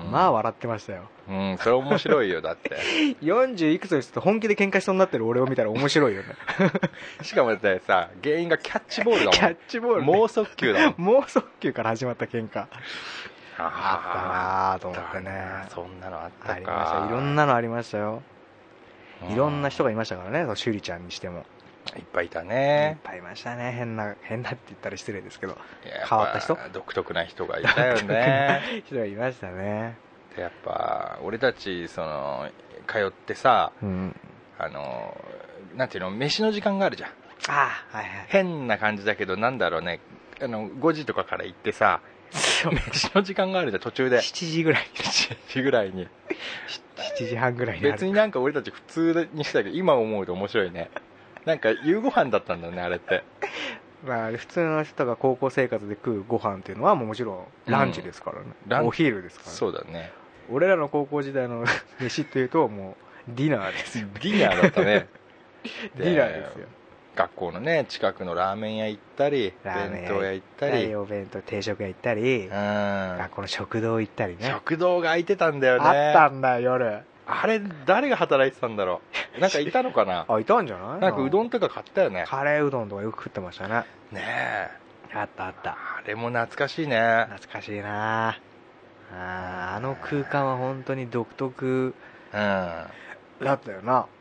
まあ笑ってましたよ。 うん、それ面白いよ。だってよんじゅういくつですと本気で喧嘩しそうになってる俺を見たら面白いよね。 しかもだってさ、原因がキャッチボールだもん。 キャッチボール、ね、 猛速球だもん。 猛速球から始まった喧嘩あったなと思ってね。 そんなのあったか。 ありました。いろんなのありましたよ。いろんな人がいましたからね、そのシュリちゃんにしてもいっぱいいたね。 いっぱいいましたね。変な変なって言ったら失礼ですけど、変わった人、 独特な人がいたよね。 人がいましたね。 でやっぱ俺たちその通ってさ、うん、あのなんていうの、飯の時間があるじゃん。 ああ、はいはい、 変な感じだけどなんだろうね、あのごじとかから行ってさ、飯の時間があるじゃん、途中でしちじぐらいにしちじぐらいにしちじはんぐらいに。 別になんか俺たち普通にしたけど今思うと面白いね。なんか夕ご飯だったんだねあれって。 まあ普通の人が高校生活で食うご飯っていうのはもちろんランチですからね、うん、お昼ですから、ね、 そうだね。 俺らの高校時代の飯っていうともうディナーですよ。 ディナーだったね。 ディナーですよ。 学校のね近くのラーメン屋行ったり、弁当屋行ったり、 お弁当定食屋行ったり、うん、学校の食堂行ったりね。 食堂が空いてたんだよね。 あったんだ夜。 あれ誰が働いてたんだろう。なんかいたのかな。 あ、いたんじゃない。 なんかうどんとか買ったよね。 カレーうどんとかよく食ってましたね。 ねえ、 あったあった。あれも懐かしいね。 懐かしいなあ。あ、あの空間は本当に独特だったよな。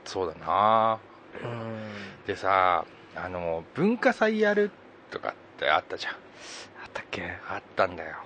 そうだな。うんでさ、あの文化祭やるとかってあったじゃん。あったっけ？ あったんだよ、うん、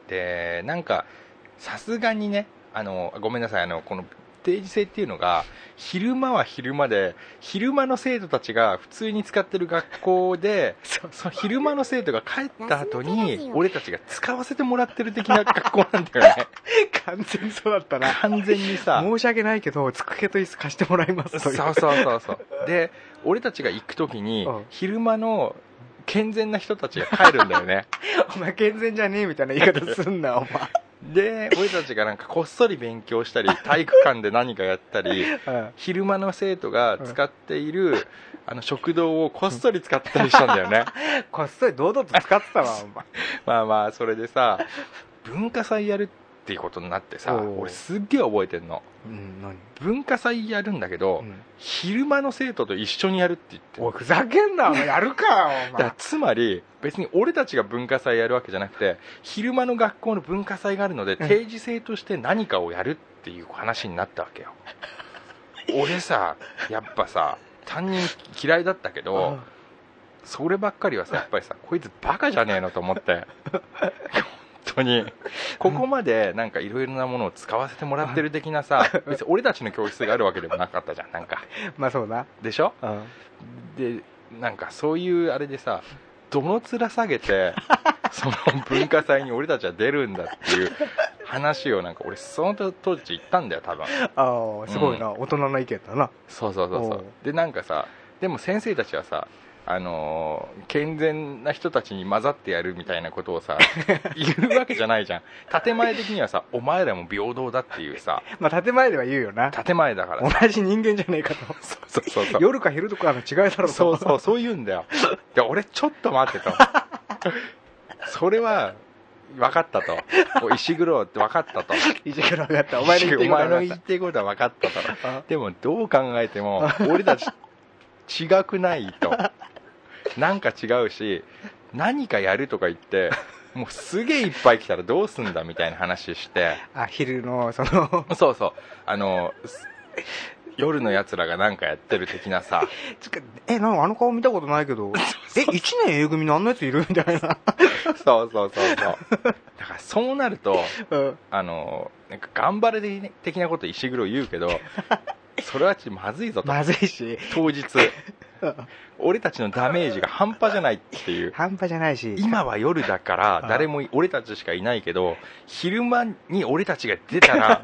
でなんかさすがにね、あのごめんなさい、あのこの定時制っていうのが昼間は昼間で、昼間の生徒たちが普通に使ってる学校でその昼間の生徒が帰った後に俺たちが使わせてもらってる的な学校なんだよね完全にそうだったな。 完全にさ、 申し訳ないけど机と椅子貸してもらいますという。 そうそうそうそうで俺たちが行く時に昼間の健全な人たちが帰るんだよねお前健全じゃねえみたいな言い方すんなお前で俺たちがなんかこっそり勉強したり体育館で何かやったり、うん、昼間の生徒が使っている、うん、あの食堂をこっそり使ったりしたんだよねこっそり堂々と使ってたわお前まあまあそれでさ、文化祭やるっていうことになってさ、俺すっげえ覚えてんの、うん、何文化祭やるんだけど、うん、昼間の生徒と一緒にやるって言っておいふざけんなお前やるかよお前だつまり別に俺たちが文化祭やるわけじゃなくて昼間の学校の文化祭があるので、うん、定時制として何かをやるっていう話になったわけよ俺さやっぱさ担任嫌いだったけど、うん、そればっかりはさやっぱりさこいつバカじゃねえのと思って本当にここまでなんかいろいろなものを使わせてもらってる的なさ別に俺たちの教室があるわけでもなかったじゃん。なんかまあそうだでしょ、うん、でなんかそういうあれでさどの面下げてその文化祭に俺たちは出るんだっていう話をなんか俺その当時言ったんだよ多分。 ああすごいな、うん、大人の意見だな。 そうそうそうそうでなんかさでも先生たちはさあのー、健全な人たちに混ざってやるみたいなことをさ言うわけじゃないじゃん。建前的にはさお前らも平等だっていうさまあ建前では言うよな。 建前だから同じ人間じゃねえかとそうそうそうそう夜か昼とかの違いだろうとそうそうそう言うんだよで俺ちょっと待ってとそれは分かったと石黒って分かったと石黒分かったお前の言ってることは分かったとでもどう考えても俺たち違くないとなんか違うし何かやるとか言ってもうすげえいっぱい来たらどうすんだみたいな話してあ昼のそのそうそうあの夜のやつらがなんかやってる的なさえなんかあの顔見たことないけどえいちねん A 組のあんなやついるみたいなそうそうそうそうだからそうなると、うん、あのなんか頑張れで的なこと石黒言うけどそれはちまずいぞとまずいし当日俺たちのダメージが半端じゃないっていう半端じゃないし今は夜だから誰も俺たちしかいないけど昼間に俺たちが出たら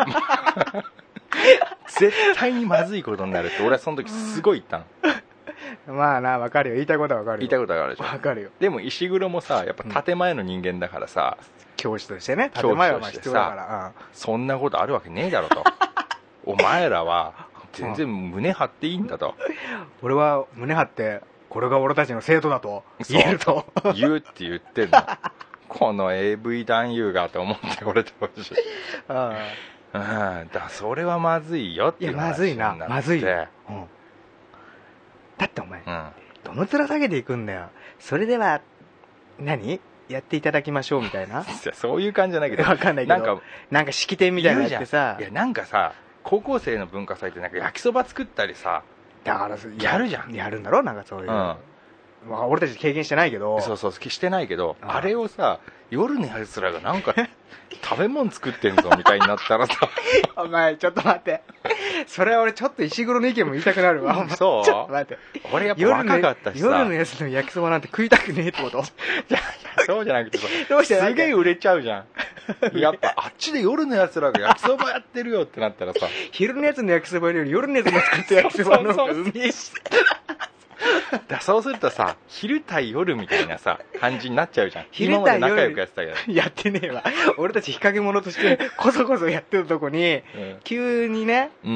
絶対にまずいことになるって俺はその時すごい言ったのまあな分かるよ言いたいことは分かるよ言いたいことは分かるでしょ分かるよ。 でも石黒もさやっぱ建前の人間だからさ、うん、 教師としてね建前はまあ必要だから、 うん、そんなことあるわけねえだろとお前らは全然胸張っていいんだと、 うん、俺は胸張ってこれが俺たちの生徒だと言えると言うって言ってんのこの エーブイ 男優がと思って俺当時ああ、うん、だそれはまずいよっていう話になって。いやまずいなまずいよ、うん、 だってお前、うん、どの面下げていくんだよ。それでは何やっていただきましょうみたいなそういう感じじゃないけど分かんないけどなんかなんか式典みたいなのやってさいやなんかさ高校生の文化祭ってなんか焼きそば作ったりさだからやるじゃんやるんだろなんかそういう、うんまあ、俺たち経験してないけどそうそうしてないけど あ, あれをさ夜のやつらがなんか食べ物作ってんぞみたいになったらさお前ちょっと待ってそれは俺ちょっと石黒の意見も言いたくなるわそうちょっと待って俺やっぱ若かったしさ夜のやつの焼きそばなんて食いたくねえってこといやそうじゃなくてどうしてすげえ売れちゃうじゃんやっぱあっちで夜のやつらが焼きそばやってるよってなったらさ昼のやつの焼きそばより夜のやつの作った焼きそばの方がうめえしだそうするとさ昼対夜みたいなさ感じになっちゃうじゃん今まで仲良くやってたけどやってねえわ俺たち日陰者としてこそこそやってるとこに、うん、急にね、うん、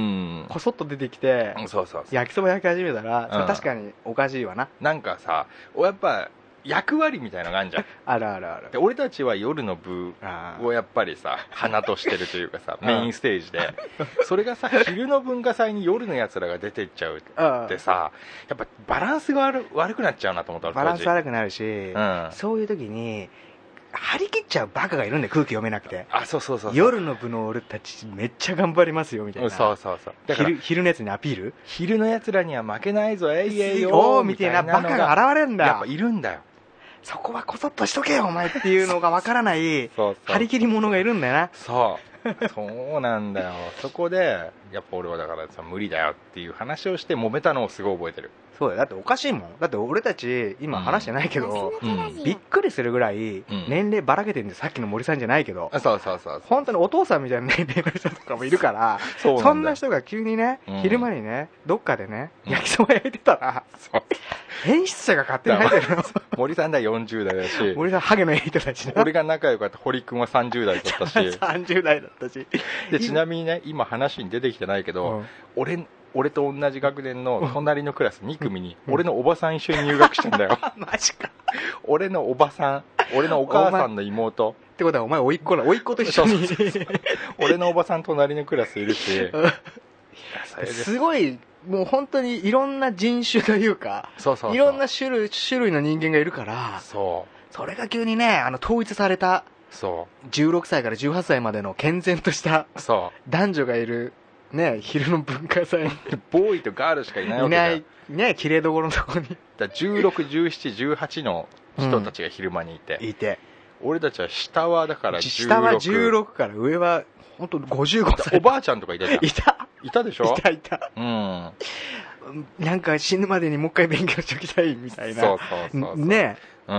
こそっと出てきて、うん、そうそうそう焼きそば焼き始めたら、うん、確かにおかしいわな。 なんかさやっぱ役割みたいなのがあるじゃんあるあるある。 で俺たちは夜の部をやっぱりさ花としてるというかさメインステージでそれがさ昼の文化祭に夜のやつらが出てっちゃうってさやっぱバランスが悪悪くなっちゃうなと思ったらバランス悪くなるし、うん、そういう時に張り切っちゃうバカがいるんで、空気読めなくて。 あ、そうそうそうそう、 夜の部の俺たちめっちゃ頑張りますよみたいな。 そうそうそう、 だから 昼, 昼のやつにアピール、 昼のやつらには負けないぞ、えいえいよーみたいなバカが現れるんだ。 やっぱいるんだよ。 そこはこそっとしとけよお前っていうのがわからないそうそう、 張り切り者がいるんだよな。 そうそうなんだよ。そこでやっぱ俺はだからさ、無理だよっていう話をして揉めたのをすごい覚えてる。 そうだよ、だっておかしいもん。だって俺たち今話してないけど、うん、びっくりするぐらい年齢ばらけてるんで、さっきの森さんじゃないけど、 うん、そうそうそうそう、 本当にお父さんみたいな年齢の人とかもいるから、そ, そんな人が急にね、うん、昼間にねどっかでね焼きそば焼いてたら、うん、変質者が勝手に入ってるの。 森さんだよんじゅう代だし、 森さんハゲのいい人たちな。 俺が仲良かった堀君はさんじゅう代だったしさんじゅう代だったし、 でちなみにね、今話に出てきてないけど、うん、俺俺と同じ学年の隣のクラスに組に俺のおばさん一緒に入学したんだよ。 マジか。 俺のおばさん、俺のお母さんの妹ってことはお前甥っ子な、甥っ子と一緒に。 そうそうそう俺のおばさん隣のクラスいるしすごい、もう本当にいろんな人種というか、 そうそうそう、 いろんな種類種類の人間がいるから、 そうそれが急にね、あの統一された、 そうじゅうろくさいからじゅうはっさいまでの健全とした男女がいるね、昼の文化祭ボーイとガールしかいないわけじゃん。いないね、綺麗どころのとこに。 だじゅうろく、じゅうなな、じゅうはちの人たちが昼間にいて、 うん、いて、 俺たちは下はだからじゅうろく、 下はじゅうろくから上は本当ごじゅうごさい。 おばあちゃんとかいたじゃん。 いたいたでしょ。 いたいた。 うん。 なんか死ぬまでにもう一回勉強しておきたいみたいな。 そうそうそうそう。 ねうん。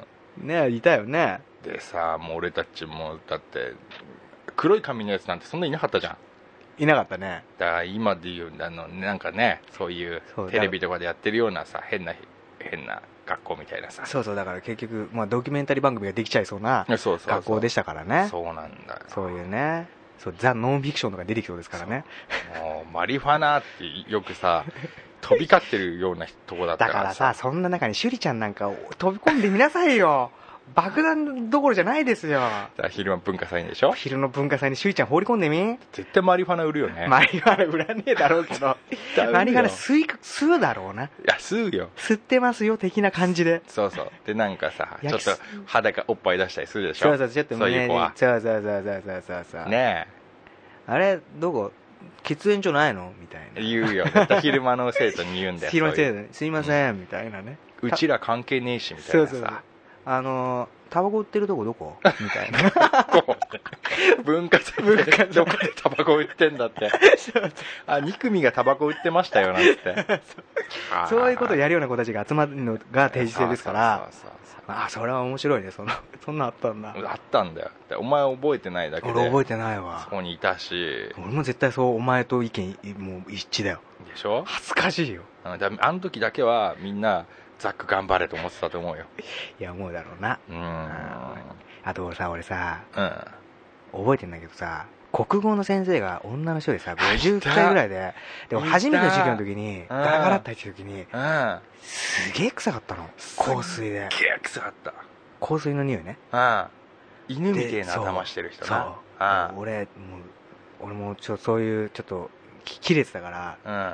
ね、いたよね。 でさ、もう俺たちもだって黒い髪のやつなんてそんないなかったじゃん。 いなかったね。 だから今で言うあのなんかね、そういうテレビとかでやってるようなさ、変な変な学校みたいなさ。 そうそう、だから結局、まあ、ドキュメンタリー番組ができちゃいそうな学校でしたからね。 そうなんだよ。 そういうね、そうザ・ノンフィクションとか出てきそうですからね。 もうマリファナってよくさ飛び交ってるようなとこだったからさ。 だからさ、そんな中にシュリちゃんなんか飛び込んでみなさいよ。爆弾どころじゃないですよ。 だ昼の文化祭でしょ。 昼の文化祭にシュリちゃん放り込んでみ。 絶対マリファナ売るよね。 マリファナ売らねえだろうけどマリファナ吸い吸うだろうな。いや吸うよ、 吸ってますよ的な感じで。 そうそう。でなんかさ、ちょっと裸おっぱい出したりするでしょ。 そうそう、ちょっと胸に、そうそうそうそうそうそうそうねえ、 あれどこ喫煙所ないのみたいな言うよ。絶対昼間の生徒に言うんだよ。 昼間の生徒にすいません、うん、みたいなね。 うちら関係ねえしみたいなさ。そうそうそう、 あのタバコ売ってるとこどこみたいな。 文化祭でどこでタバコ売ってんだって。あ、に組がタバコ売ってましたよなんて。 そういうことをやるような子たちが集まるのが定時制ですから。ああ、それは面白いね。そんなそんなあったんだ。 あったんだよ。お前覚えてないだけで。 俺覚えてないわ。 そこにいたし。 俺も絶対そうお前と意見もう一致だよ。 でしょ。 恥ずかしいよ。 あの時だけはみんなザック頑張れと思ってたと思うよ。 いや思うだろうな。 うん。 あとさ、俺さ、 うん、 覚えてんだけどさ、国語の先生が女の人でさ、ごじゅっかいぐらいで、でも初めての授業の時にガラガラって入った時に、 うん、 すげえ臭かったの。香水で。 すげえ臭かった。 香水の匂いね。 うん。犬みたいな頭してる人な。 そう。俺もう俺もちょっとそういうちょっと切れてたから、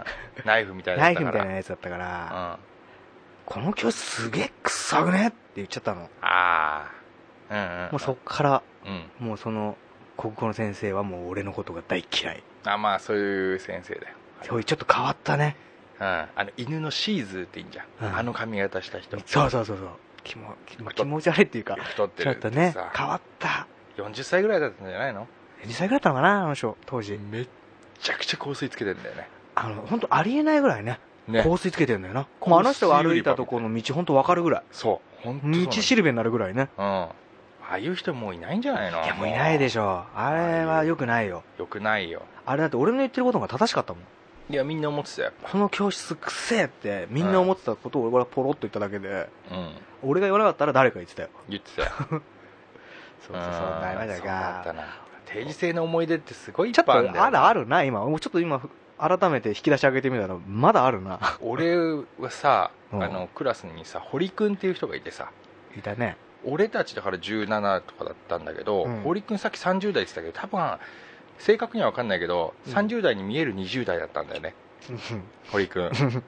うん、ナイフみたいなナイフみたいなやつだったから、うん、この教室すげえ臭くねって言っちゃったの。 ああ。うんうんうん、 もうそっから、 うん、 もうその国語の先生はもう俺のことが大嫌い。 あ、まあそういう先生だよ。 そういうちょっと変わったね。 うん、あの犬のシーズーっていいんじゃん、うん、あの髪型した人。 そうそうそうそう、気も気持ち悪いっていうか太ってるちょっとね変わった。 よんじゅっさいぐらいだったんじゃないの。よんじゅっさいぐらいだったのかな、あの人当時。 めっちゃくちゃ香水つけてるんだよね。 あの本当ありえないぐらい ね, ね香水つけてるんだよな。もうあの人が歩いたところの道本当分かるぐらい。 そう本当道しるべになるぐらいね。 うん、ああいう人もういないんじゃないの。 いやもういないでしょ。あれはよくないよ。 よくないよ。 あれだって俺の言ってることが正しかったもん。 いやみんな思ってたよ。 この教室くせえってみんな思ってたことを俺はポロッと言っただけで、 うん、 俺が言わなかったら誰か言ってたよ。 言ってたよ。 そうそうそう、なりましたが。 定時制の思い出ってすごいいっぱいあるんだよ。 ちょっとあるあるな今。ちょっと今改めて引き出し上げてみたらまだあるな。 俺はさ、あのクラスにさ堀君っていう人がいてさ。 いたね。 俺たちだからじゅうななとかだったんだけど、うん、堀君さっきさんじゅう代って言ってたけど多分正確には分かんないけど、うん、さんじゅう代に見えるにじゅう代だったんだよね、うん、堀君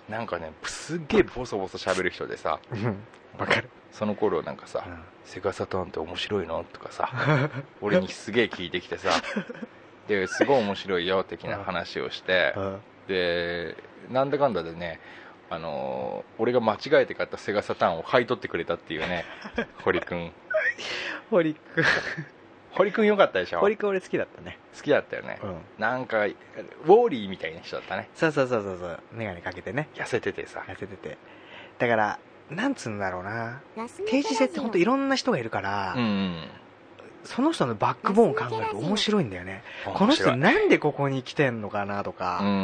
なんかねすっげえボソボソ喋る人でさわかる。 その頃なんかさ、うん、セガサターンって面白いのとかさ俺にすげえ聞いてきてさですごい面白いよ的な話をして、うん、でなんだかんだでね、あのー、俺が間違えて買ったセガサターンを買い取ってくれたっていうね堀くん堀くん堀くんよかったでしょ。 堀くん俺好きだったね。 好きだったよね、うん、なんかウォーリーみたいな人だったね。 そうそうそうそうそう、眼鏡かけてね、 痩せててさ、 痩せてて、だからなんつうんだろうな、定時制って本当いろんな人がいるから、うんうん、その人のバックボーンを考えると面白いんだよね。この人なんでここに来てんのかなとか、うんうん、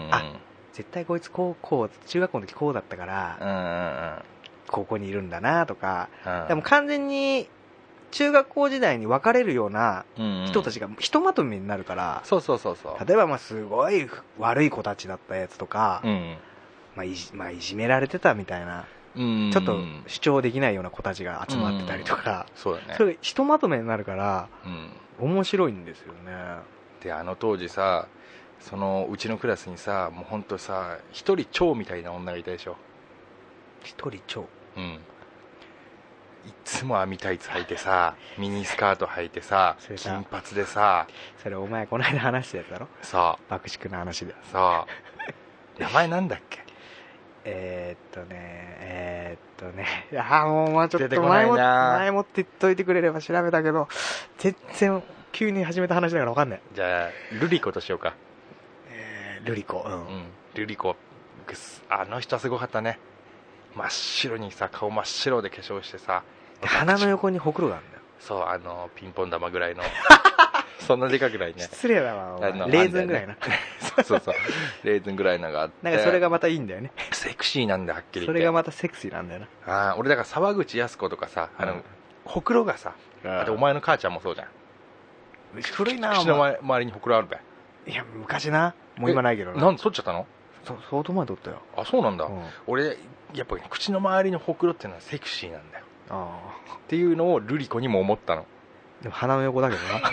あ、絶対こいつこうこう中学校の時こうだったから、うんうんうん、ここにいるんだなとか、うん、でも完全に中学校時代に分かれるような人たちがひとまとめになるから、 そうそうそうそう、 例えばまあすごい悪い子たちだったやつとか、うんまあ、いじまあいじめられてたみたいな、ちょっと主張できないような子たちが集まってたりとか、 そうだね、 それがひとまとめになるから、うん、面白いんですよね。 であの当時さ、そのうちのクラスにさ、もう本当さ一人蝶みたいな女がいたでしょ。 一人蝶、うん、 いつも網タイツ履いてさ、ミニスカート履いてさ、金髪でさ、 それお前この間話したやつだろ。 そう爆竹の話で。 そう名前なんだっけえーっとねえー、っとねいやもうまあちょっと前も前もって言っといてくれれば調べたけど、全然急に始めた話だから分かんない。 じゃあルリコとしようか。 えー、ルリコ、うん、うん、 ルリコ、あの人はすごかったね。真っ白にさ、顔真っ白で化粧してさ、 鼻の横にほくろがあるんだよ。 そう、あのピンポン玉ぐらいのそんなでかくらいね。 失礼だわ、レーズンぐらいな、ね、 そうそうそう、レーズンぐらいのがあって、 なんかそれがまたいいんだよね。 セクシーなんだ、はっきり言って。 それがまたセクシーなんだよな。 あ、俺だから沢口靖子とかさ、あの、うん、ほくろがさ、あとお前の母ちゃんもそうじゃん。 古いな。 口の周りにほくろあるべ。 いや昔な、もう今ないけどな。 なんで取っちゃったの？ そ相当前取ったよ。 あ、そうなんだ、うん、俺やっぱ口の周りのほくろっていうのはセクシーなんだよ。あっていうのをルリコにも思ったの。 でも鼻の横だけどな。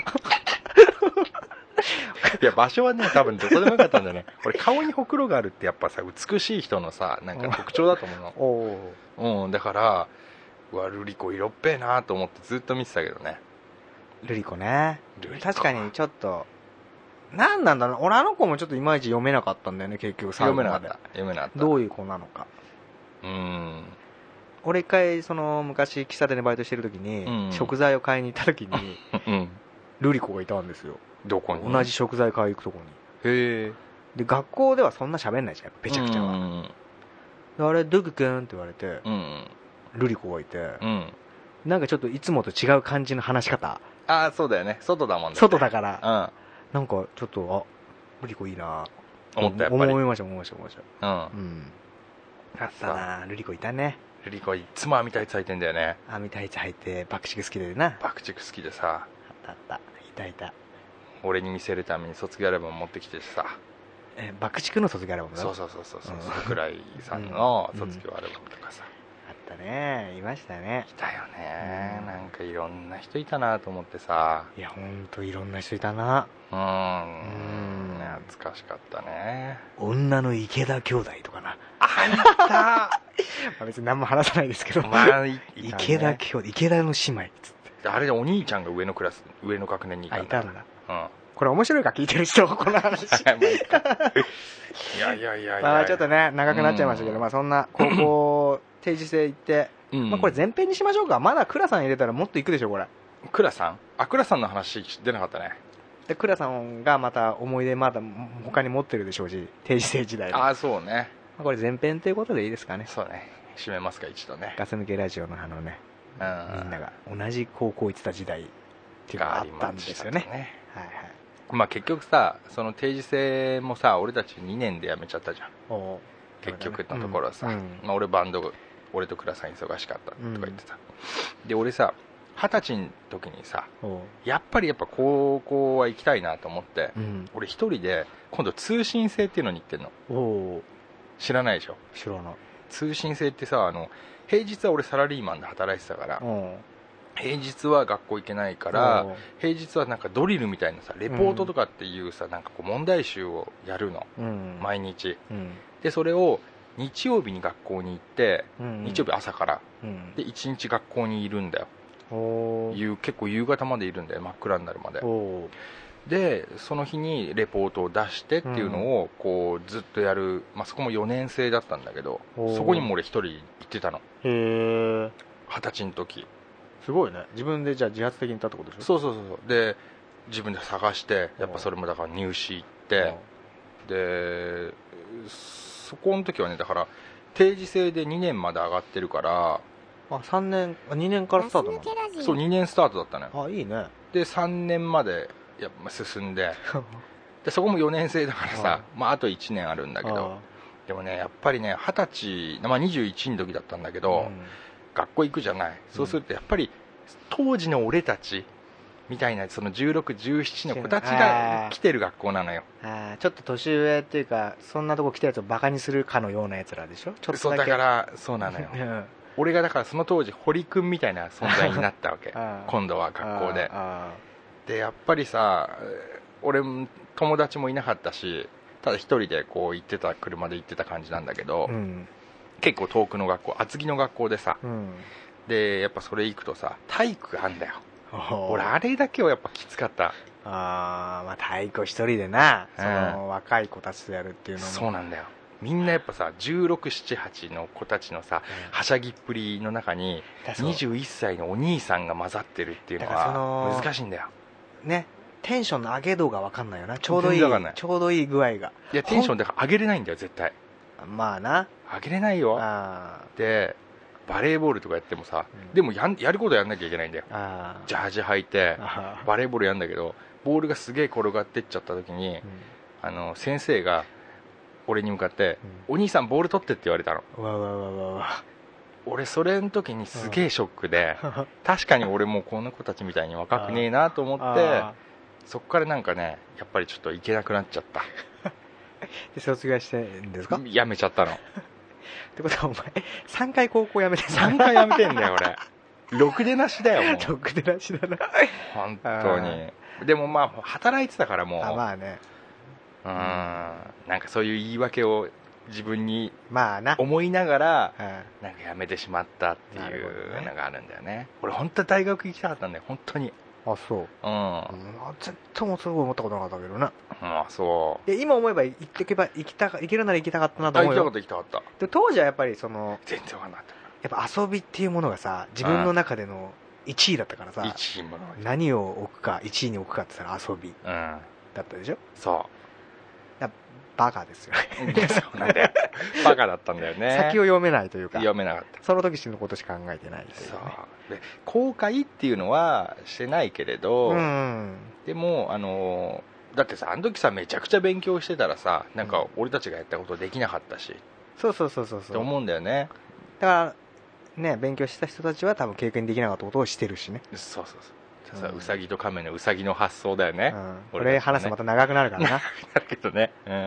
いや場所はね多分どこでもよかったんだよね。俺顔にほくろがあるってやっぱさ美しい人のさなんか特徴だと思うの。うん、だからうわルリコ色っぺえなと思ってずっと見てたけどね。 ルリコね、ルリコ確かにちょっとなんなんだろう、俺あの子もちょっといまいち読めなかったんだよね結局。 読めなかった読めなかった。 どういう子なのか。うん、俺一回その昔喫茶店でバイトしてる時に、うん、食材を買いに行った時に、うん、ルリコがいたんですよ。 どこに？ 同じ食材買い行くとこに。へえ。で学校ではそんな喋んないじゃんペチャクチャは、うん、であれドゥクくんって言われて、うん、ルリコがいて、うん、なんかちょっといつもと違う感じの話し方。 ああそうだよね、外だもんね。 外だから、うん、なんかちょっとあルリコいいな思ったやっぱり。 思いました思いました思いました。うん、うん、あったな、ルリコいたね。 ルリコいつも網タイツ履いてんだよね。 網タイツ履いて爆竹好きでな。 爆竹好きでさ。 あったあった、いたいた。 俺に見せるために卒業アルバム持ってきてさ。 え爆竹の卒業アルバムだ。 そうそうそうそうそう、桜井さんの卒業アルバムとかさ、 うんうん、あったね、いましたね。 いたよね、うん、なんかいろんな人いたなと思ってさ。 いやほんといろんな人いたな。うん、うん、 懐かしかったね。 女の池田兄弟とかな。 あったまあ別に何も話さないですけど、まあね、池田兄弟、池田の姉妹っつって、 あれでお兄ちゃんが上のクラス上の学年にいたんだ。 あいたんだ、うん、これ面白いか聞いてる人この話。いやいやいやいや、 まあちょっとね長くなっちゃいましたけど、うん、まあそんな高校定時制行って、うん、まあこれ前編にしましょうか。まだ倉さん入れたらもっといくでしょこれ。倉さん、あ倉さんの話出なかったね。 で倉さんがまた思い出まだ他に持ってるでしょうし、定時制時代の。 ああそうね、 まあ、これ前編ということでいいですかね。 そうね、締めますか一度ね。 ガス抜けラジオのあのね、うん、みんなが同じ高校行ってた時代っていうのがあったんですよね。ね、はいはい。 まあ結局さ、その定時制もさ俺たちにねんで辞めちゃったじゃん結局のところさ、うんうん、まあ、俺バンド俺と倉さん忙しかったとか言ってさ、うん、で俺さ二十歳の時にさやっぱりやっぱ高校は行きたいなと思って、うん、俺一人で今度通信制っていうのに行ってんの。お知らないでしょ。 知らない。 通信制ってさ、あの平日は俺サラリーマンで働いてたから、平日は学校行けないから平日はなんかドリルみたいなさレポートとかっていうさ、うん、なんかこう問題集をやるの、うん、毎日、うん、でそれを日曜日に学校に行って、うんうん、日曜日朝から、 うん、 でいちにち学校にいるんだよ。いう結構夕方までいるんだよ、真っ暗になるまで。でその日にレポートを出してっていうのをこうずっとやる、まあ、そこもよねん生だったんだけど、そこにも俺一人行ってたの。 へえ。 二十歳の時。 すごいね。自分でじゃあ自発的に行ったってことでしょ。 そうそうそう。で自分で探して、やっぱそれもだから入試行って、でそこの時はね、だから定時制でにねんまで上がってるから、 あ、さんねん、にねんからスタートなの。 そう、にねんスタートだったのよ。 あ、いいね。 でさんねんまでやっぱ進んででそこもよねん生だからさ、あ, まあ、あといちねんあるんだけど、でもねやっぱりねはたち、まあ、にじゅういちの時だったんだけど、うん、学校行くじゃない。そうするとやっぱり当時の俺たちみたいなそのじゅうろく、じゅうななの子たちが来てる学校なのよ。 あ、ちょっと年上っていうか、そんなとこ来たやつをバカにするかのようなやつらでしょ。ちょっとだけ。 そうだからそうなのよ、うん、俺がだからその当時堀君みたいな存在になったわけ今度は学校で。でやっぱりさ、俺友達もいなかったし、ただ一人でこう行ってた、車で行ってた感じなんだけど、うん、結構遠くの学校、厚木の学校でさ、うん、でやっぱそれ行くとさ体育があんだよ。俺あれだけはやっぱきつかった。 あ、まあ体育を一人でな、その若い子たちとやるっていうのも。 そうなんだよ。みんなやっぱさじゅうろく、なな、はちの子たちのさ、うん、はしゃぎっぷりの中ににじゅういっさいのお兄さんが混ざってるっていうのは難しいんだよね。テンションの上げ度が分かんないよな。ちょうどいい、ちょうどいい具合が。 いやテンションだから上げれないんだよ絶対。 まあな、 上げれないよ。 あでバレーボールとかやってもさ、うん、でも や, やることやんなきゃいけないんだよ。 あ、 ジャージ履いてバレーボールやんだけど、ボールがすげえ転がってっちゃった時に、うん、あの先生が俺に向かって、うん、お兄さんボール取ってって言われたの。 わわわわわ。 俺それの時にすげえショックで、確かに俺もうこの子たちみたいに若くねえなと思って、そっからなんかねやっぱりちょっと行けなくなっちゃったで卒業してんですか。 やめちゃったのってことはお前さんかい高校やめてんさんかいやめてんだよ俺ろくでなしだよもう。 ろくでなしだな本当に。でもまあ働いてたからもう、 あ、まあね、 うん、なんかそういう言い訳を自分にまあな思いながら、なんかやめてしまったっていうのがあるんだよね。俺本当は大学行きたかったんだよ本当に。 あ、そう。 うん。 絶対もすごい思ったことなかったけどな。 あ、そう。 今思えば行ってけば行きたか行けるなら行きたかったなと思うよ。 行きたかった行きたかった。 で当時はやっぱりその全然わかんなかった。 やっぱ遊びっていうものがさ、自分の中でのいちいだったからさ。 いちいもの。 何を置くかいちいに置くかって言ったら遊び。 うん。 だったでしょ。 そう。 バカですよねそうなんだよ。バカだったんだよね。 先を読めないというか、 読めなかった。 その時のことしか考えてないという、ね、 そうで後悔っていうのはしてないけれど、うん、でもあのだってさあの時さめちゃくちゃ勉強してたらさ、なんか俺たちがやったことできなかったし、うん、 そうそうそうそうそうと思うんだよね。 だからね、勉強した人たちは多分経験できなかったことをしてるしね。 そうそうそう。さ、うさぎと亀のうさぎの発想だよね。 うん、これ話すとまた長くなるからな。 なるけどね。うんうん。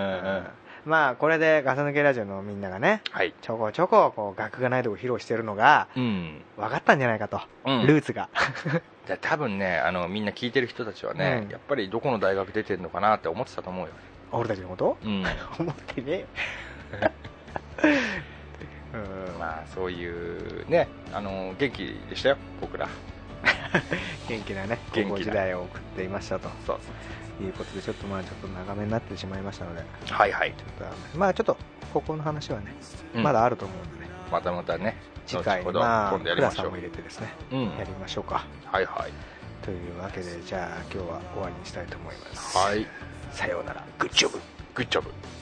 まあこれでガス抜けラジオのみんながね、 はい、 ちょこちょここう学がないとこ披露してるのが、うん、分かったんじゃないかと、うん、ルーツが。 じゃ多分ね、あのみんな聞いてる人たちはね、うん、やっぱりどこの大学出てるのかなって思ってたと思うよ。 俺たちのこと？ うん。 思ってねえ。うん、まあそういうね、あの元気でしたよ僕ら。 元気なね高校時代を送っていましたと。 そうそういうことで、ちょっとまあちょっと長めになってしまいましたので、 はいはい、 ちょっとまあちょっと高校の話はね、うん、まだあると思うので、ね、 またまたね次回まあクラさんも入れてですね、うん、やりましょうか。 はいはい。 というわけで、じゃあ今日は終わりにしたいと思います。 はい。 さようなら。グッジョブ。 グッジョブ。